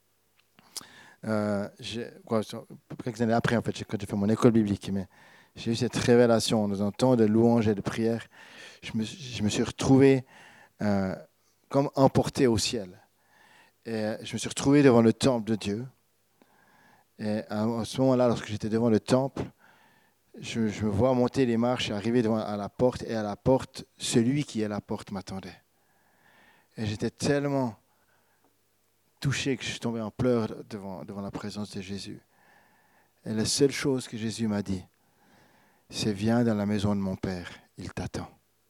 quelques années après, en fait, quand j'ai fait mon école biblique, mais j'ai eu cette révélation dans un temps de louange et de prière. Je me suis retrouvé comme emporté au ciel. Et je me suis retrouvé devant le temple de Dieu. Et à ce moment-là, lorsque j'étais devant le temple, je me vois monter les marches et arriver à la porte. Et à la porte, celui qui est à la porte m'attendait. Et j'étais tellement touché que je suis tombé en pleurs devant la présence de Jésus. Et la seule chose que Jésus m'a dit, c'est « Viens dans la maison de mon Père, il t'attend ».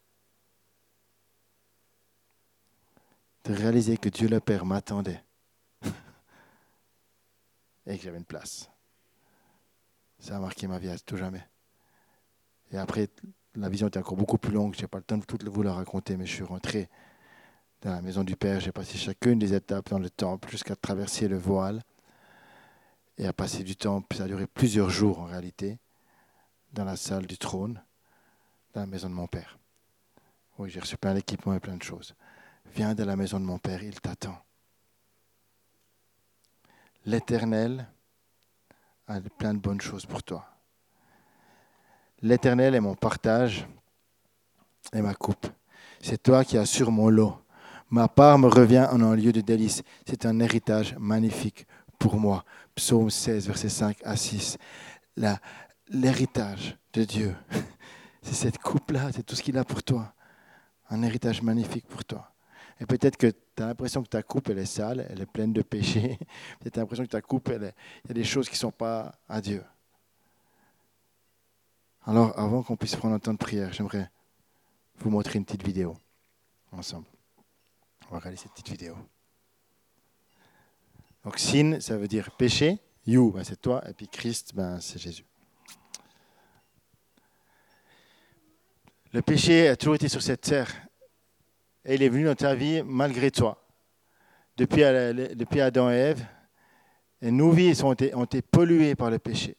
De réaliser que Dieu le Père m'attendait et que j'avais une place. Ça a marqué ma vie à tout jamais. Et après, la vision était encore beaucoup plus longue. Je n'ai pas le temps de tout vous la raconter, mais je suis rentré dans la maison du Père. J'ai passé chacune des étapes dans le temple jusqu'à traverser le voile et à passer du temps. Ça a duré plusieurs jours en réalité, dans la salle du trône, dans la maison de mon Père. Oui, j'ai reçu plein d'équipements et plein de choses. Viens de la maison de mon Père, il t'attend. L'Éternel a plein de bonnes choses pour toi. L'Éternel est mon partage et ma coupe. C'est toi qui assures mon lot. Ma part me revient en un lieu de délices. C'est un héritage magnifique pour moi. Psaume 16, versets 5 à 6. L'héritage de Dieu, c'est cette coupe-là, c'est tout ce qu'il a pour toi. Un héritage magnifique pour toi. Et peut-être que tu as l'impression que ta coupe, elle est sale, elle est pleine de péchés. Peut-être que tu as l'impression que ta coupe, il y a des choses qui ne sont pas à Dieu. Alors, avant qu'on puisse prendre un temps de prière, j'aimerais vous montrer une petite vidéo ensemble. On va regarder cette petite vidéo. Donc, sin, ça veut dire péché. You, ben, c'est toi. Et puis Christ, ben, c'est Jésus. Le péché a toujours été sur cette terre. Et il est venu dans ta vie malgré toi. Depuis Adam et Ève, et nos vies ont été polluées par le péché.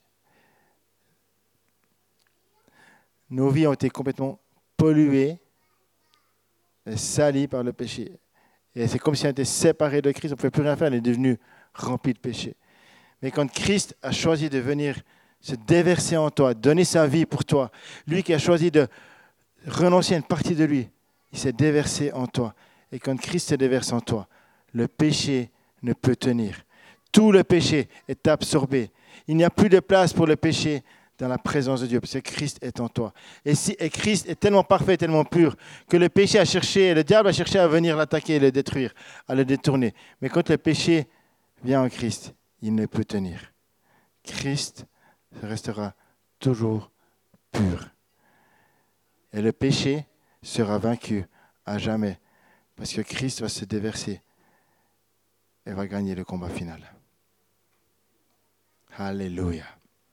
Nos vies ont été complètement polluées et salies par le péché. Et c'est comme si on était séparés de Christ, on ne pouvait plus rien faire, on est devenu rempli de péché. Mais quand Christ a choisi de venir se déverser en toi, donner sa vie pour toi, lui qui a choisi de renoncer à une partie de lui, il s'est déversé en toi. Et quand Christ se déverse en toi, le péché ne peut tenir. Tout le péché est absorbé. Il n'y a plus de place pour le péché dans la présence de Dieu, parce que Christ est en toi. Et Christ est tellement parfait, tellement pur, que le péché a cherché, le diable a cherché à venir l'attaquer, le détruire, à le détourner. Mais quand le péché vient en Christ, il ne peut tenir. Christ restera toujours pur. Et le péché sera vaincu à jamais, parce que Christ va se déverser et va gagner le combat final. Alléluia.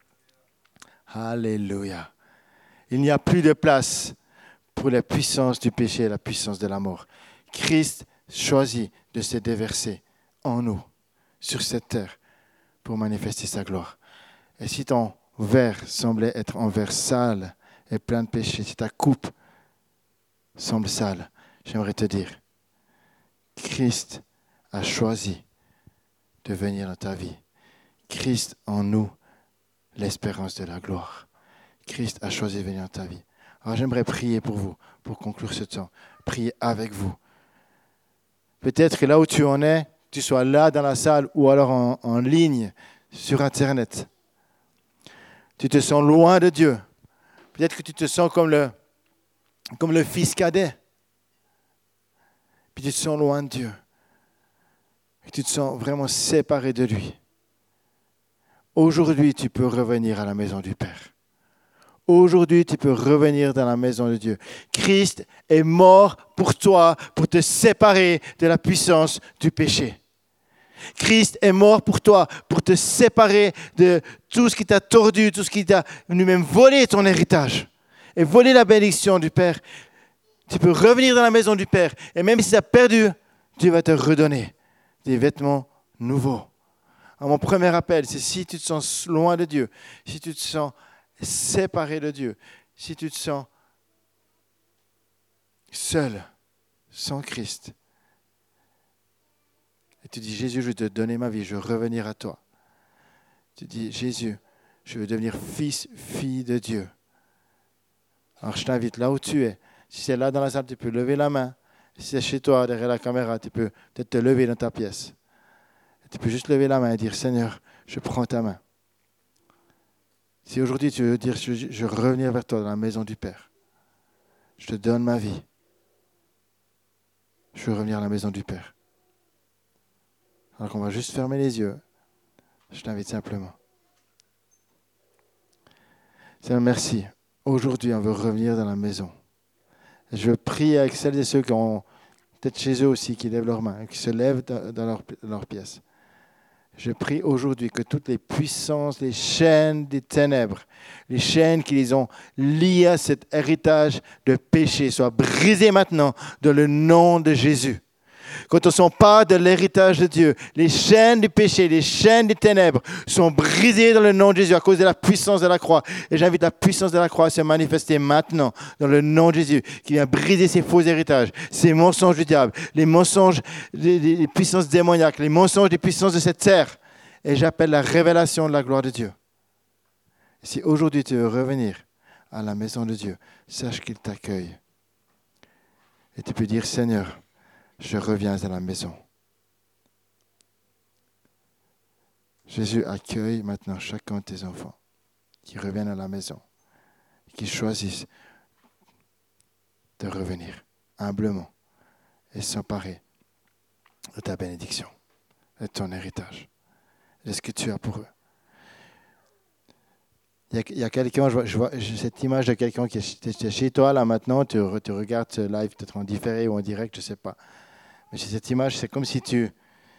Alléluia. Il n'y a plus de place pour la puissance du péché et la puissance de la mort. Christ choisit de se déverser en nous, sur cette terre, pour manifester sa gloire. Et si ton verre semblait être un verre sale et plein de péché, si ta coupe semble sale, j'aimerais te dire, Christ a choisi de venir dans ta vie. Christ en nous, l'espérance de la gloire. Christ a choisi de venir dans ta vie. Alors j'aimerais prier pour vous, pour conclure ce temps. Prier avec vous. Peut-être que là où tu en es, tu sois là dans la salle ou alors en ligne, sur Internet. Tu te sens loin de Dieu. Peut-être que tu te sens comme le fils cadet. Puis tu te sens loin de Dieu. Et tu te sens vraiment séparé de lui. Aujourd'hui, tu peux revenir à la maison du Père. Aujourd'hui, tu peux revenir dans la maison de Dieu. Christ est mort pour toi, pour te séparer de la puissance du péché. Christ est mort pour toi, pour te séparer de tout ce qui t'a tordu, tout ce qui t'a même volé ton héritage et volé la bénédiction du Père. Tu peux revenir dans la maison du Père et même si tu as perdu, Dieu va te redonner des vêtements nouveaux. Alors, mon premier appel, c'est si tu te sens loin de Dieu, si tu te sens séparé de Dieu, si tu te sens seul, sans Christ, et tu dis, Jésus, je veux te donner ma vie, je veux revenir à toi. Tu dis, Jésus, je veux devenir fils, fille de Dieu. Alors je t'invite là où tu es. Si c'est là dans la salle, tu peux lever la main. Si c'est chez toi, derrière la caméra, tu peux peut-être te lever dans ta pièce. Tu peux juste lever la main et dire, Seigneur, je prends ta main. Si aujourd'hui tu veux dire, je veux revenir vers toi dans la maison du Père, je te donne ma vie. Je veux revenir à la maison du Père. Alors qu'on va juste fermer les yeux. Je t'invite simplement. Seigneur, merci. Aujourd'hui, on veut revenir dans la maison. Et je veux prier avec celles et ceux qui ont peut-être chez eux aussi, qui lèvent leurs mains, qui se lèvent dans leur pièce. Je prie aujourd'hui que toutes les puissances, les chaînes des ténèbres, les chaînes qui les ont liées à cet héritage de péché soient brisées maintenant dans le nom de Jésus. Quand on s'empare de l'héritage de Dieu, les chaînes du péché, les chaînes des ténèbres sont brisées dans le nom de Jésus à cause de la puissance de la croix. Et j'invite la puissance de la croix à se manifester maintenant dans le nom de Jésus, qui vient briser ces faux héritages, ces mensonges du diable, les mensonges des puissances démoniaques, les mensonges des puissances de cette terre. Et j'appelle la révélation de la gloire de Dieu. Et si aujourd'hui tu veux revenir à la maison de Dieu, sache qu'il t'accueille. Et tu peux dire, Seigneur, je reviens à la maison. Jésus accueille maintenant chacun de tes enfants qui reviennent à la maison, qui choisissent de revenir humblement et s'emparer de ta bénédiction, de ton héritage, de ce que tu as pour eux. Il y a quelqu'un, je vois cette image de quelqu'un qui est chez toi là maintenant, tu regardes ce live peut-être en différé ou en direct, je ne sais pas. Mais cette image, c'est comme si tu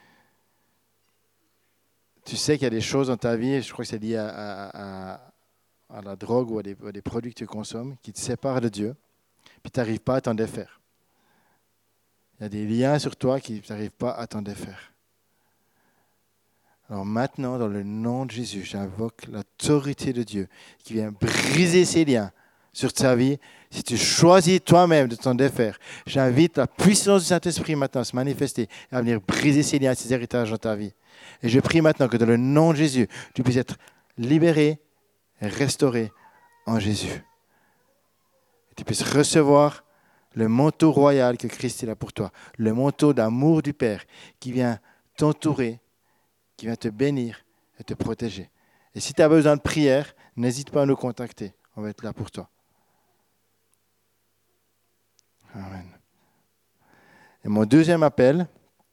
sais qu'il y a des choses dans ta vie, je crois que c'est lié à la drogue ou à des produits que tu consommes, qui te séparent de Dieu, puis tu n'arrives pas à t'en défaire. Il y a des liens sur toi qui tu n'arrives pas à t'en défaire. Alors maintenant, dans le nom de Jésus, j'invoque l'autorité de Dieu qui vient briser ces liens sur ta vie. Si tu choisis toi-même de t'en défaire, j'invite la puissance du Saint-Esprit maintenant à se manifester et à venir briser ces liens, ces héritages dans ta vie. Et je prie maintenant que dans le nom de Jésus, tu puisses être libéré et restauré en Jésus. Et tu puisses recevoir le manteau royal que Christ a pour toi, le manteau d'amour du Père qui vient t'entourer, qui vient te bénir et te protéger. Et si tu as besoin de prière, n'hésite pas à nous contacter. On va être là pour toi. Amen. Et mon deuxième appel,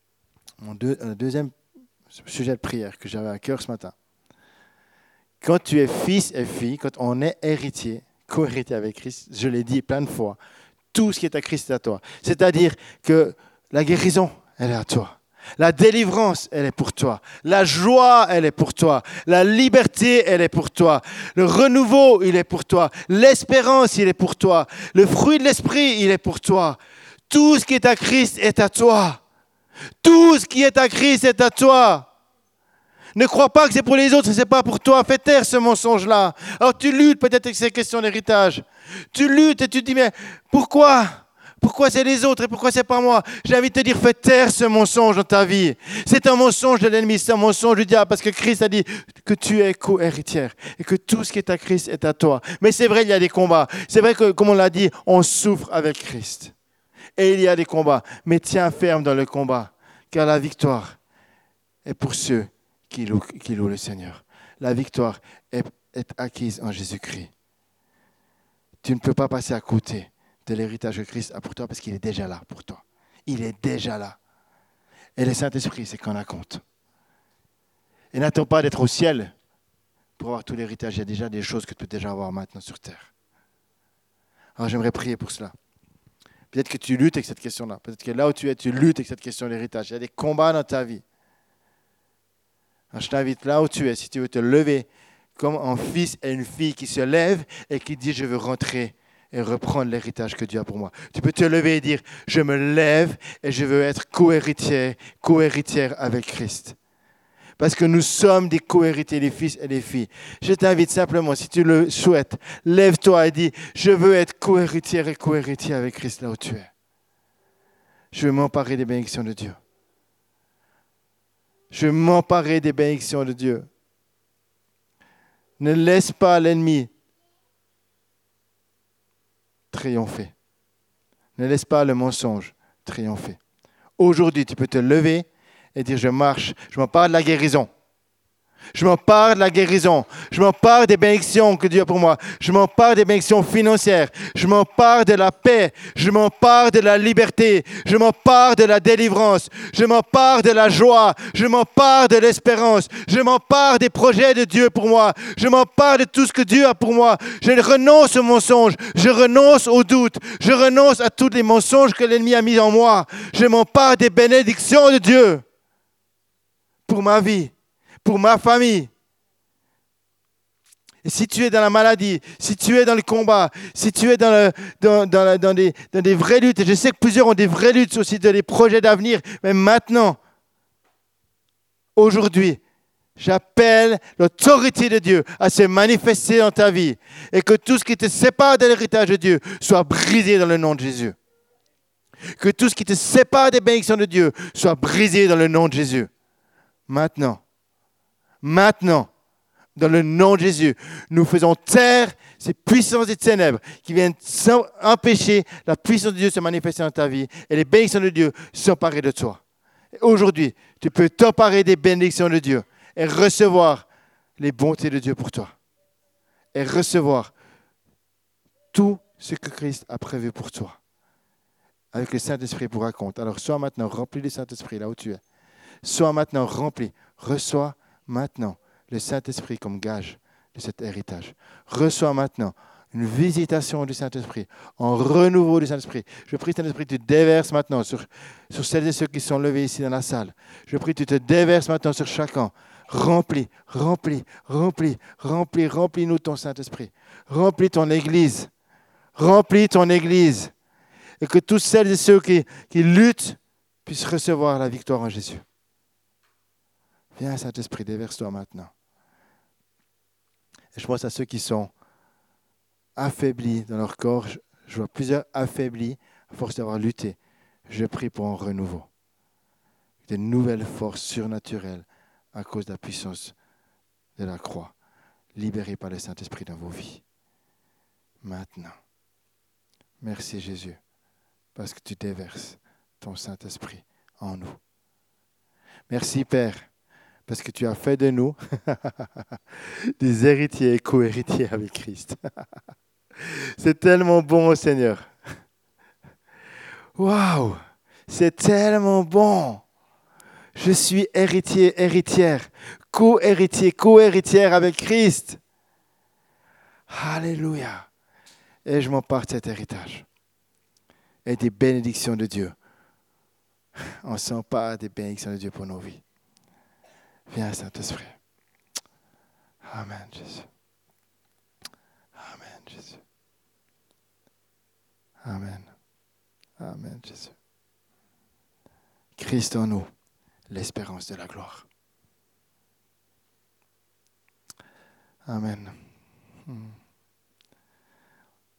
deuxième sujet de prière que j'avais à cœur ce matin. Quand tu es fils et fille, quand on est héritier, co-héritier avec Christ, je l'ai dit plein de fois, tout ce qui est à Christ est à toi. C'est-à-dire que la guérison, elle est à toi. La délivrance, elle est pour toi. La joie, elle est pour toi. La liberté, elle est pour toi. Le renouveau, il est pour toi. L'espérance, il est pour toi. Le fruit de l'esprit, il est pour toi. Tout ce qui est à Christ est à toi. Tout ce qui est à Christ est à toi. Ne crois pas que c'est pour les autres, ce n'est pas pour toi. Fais taire ce mensonge-là. Alors tu luttes peut-être avec ces questions d'héritage. Tu luttes et tu te dis, mais pourquoi ? Pourquoi c'est les autres et pourquoi c'est pas moi? J'ai envie de te dire, fais taire ce mensonge dans ta vie. C'est un mensonge de l'ennemi, c'est un mensonge du diable, parce que Christ a dit que tu es co-héritière et que tout ce qui est à Christ est à toi. Mais c'est vrai, il y a des combats. C'est vrai que, comme on l'a dit, on souffre avec Christ. Et il y a des combats. Mais tiens ferme dans le combat, car la victoire est pour ceux qui louent le Seigneur. La victoire est acquise en Jésus-Christ. Tu ne peux pas passer à côté de l'héritage que Christ a pour toi parce qu'il est déjà là pour toi. Il est déjà là. Et le Saint-Esprit, c'est qu'on a compte. Et n'attends pas d'être au ciel pour avoir tout l'héritage. Il y a déjà des choses que tu peux déjà avoir maintenant sur terre. Alors j'aimerais prier pour cela. Peut-être que tu luttes avec cette question-là. Peut-être que là où tu es, tu luttes avec cette question de l'héritage. Il y a des combats dans ta vie. Alors je t'invite là où tu es, si tu veux te lever comme un fils et une fille qui se lève et qui dit « je veux rentrer » et reprendre l'héritage que Dieu a pour moi. Tu peux te lever et dire, je me lève et je veux être co-héritière avec Christ. Parce que nous sommes des co-héritiers, les fils et les filles. Je t'invite simplement, si tu le souhaites, lève-toi et dis, je veux être co-héritière et co-héritier avec Christ là où tu es. Je veux m'emparer des bénédictions de Dieu. Je veux m'emparer des bénédictions de Dieu. Ne laisse pas l'ennemi triompher. Ne laisse pas le mensonge triompher. Aujourd'hui, tu peux te lever et dire, je marche, je m'empare de la guérison. Je m'empare de la guérison. Je m'empare des bénédictions que Dieu a pour moi. Je m'empare des bénédictions financières. Je m'empare de la paix. Je m'empare de la liberté. Je m'empare de la délivrance. Je m'empare de la joie. Je m'empare de l'espérance. Je m'empare des projets de Dieu pour moi. Je m'empare de tout ce que Dieu a pour moi. Je renonce au mensonge. Je renonce au doute. Je renonce à tous les mensonges que l'ennemi a mis en moi. Je m'empare des bénédictions de Dieu pour ma vie. Pour ma famille. Et si tu es dans la maladie, si tu es dans le combat, si tu es dans des vraies luttes, et je sais que plusieurs ont des vraies luttes aussi, des projets d'avenir, mais maintenant, aujourd'hui, j'appelle l'autorité de Dieu à se manifester dans ta vie et que tout ce qui te sépare de l'héritage de Dieu soit brisé dans le nom de Jésus. Que tout ce qui te sépare des bénédictions de Dieu soit brisé dans le nom de Jésus. Maintenant, dans le nom de Jésus, nous faisons taire ces puissances des ténèbres qui viennent empêcher la puissance de Dieu de se manifester dans ta vie et les bénédictions de Dieu s'emparer de toi. Et aujourd'hui, tu peux t'emparer des bénédictions de Dieu et recevoir les bontés de Dieu pour toi. Et recevoir tout ce que Christ a prévu pour toi. Avec le Saint-Esprit pour raconter. Alors, sois maintenant rempli du Saint-Esprit là où tu es. Sois maintenant rempli. Reçois maintenant le Saint-Esprit comme gage de cet héritage. Reçois maintenant une visitation du Saint-Esprit, un renouveau du Saint-Esprit. Je prie, Saint-Esprit, tu te déverses maintenant sur celles et ceux qui sont levés ici dans la salle. Je prie, tu te déverses maintenant sur chacun. Remplis nous ton Saint-Esprit. Remplis ton Église. Remplis ton Église. Et que tous celles et ceux qui luttent puissent recevoir la victoire en Jésus. Viens, Saint-Esprit, déverse-toi maintenant. Et je pense à ceux qui sont affaiblis dans leur corps. Je vois plusieurs affaiblis à force d'avoir lutté. Je prie pour un renouveau. Des nouvelles forces surnaturelles à cause de la puissance de la croix. Libérées par le Saint-Esprit dans vos vies. Maintenant. Merci Jésus, parce que tu déverses ton Saint-Esprit en nous. Merci, Père, parce que tu as fait de nous des héritiers et co-héritiers avec Christ. C'est tellement bon, Seigneur. Waouh, c'est tellement bon. Je suis héritier, héritière, co-héritier, co-héritière avec Christ. Alléluia. Et je m'emporte cet héritage. Et des bénédictions de Dieu. On s'empare des bénédictions de Dieu pour nos vies. Viens, Saint-Esprit. Amen, Jésus. Amen, Jésus. Amen. Amen, Jésus. Christ en nous, l'espérance de la gloire. Amen.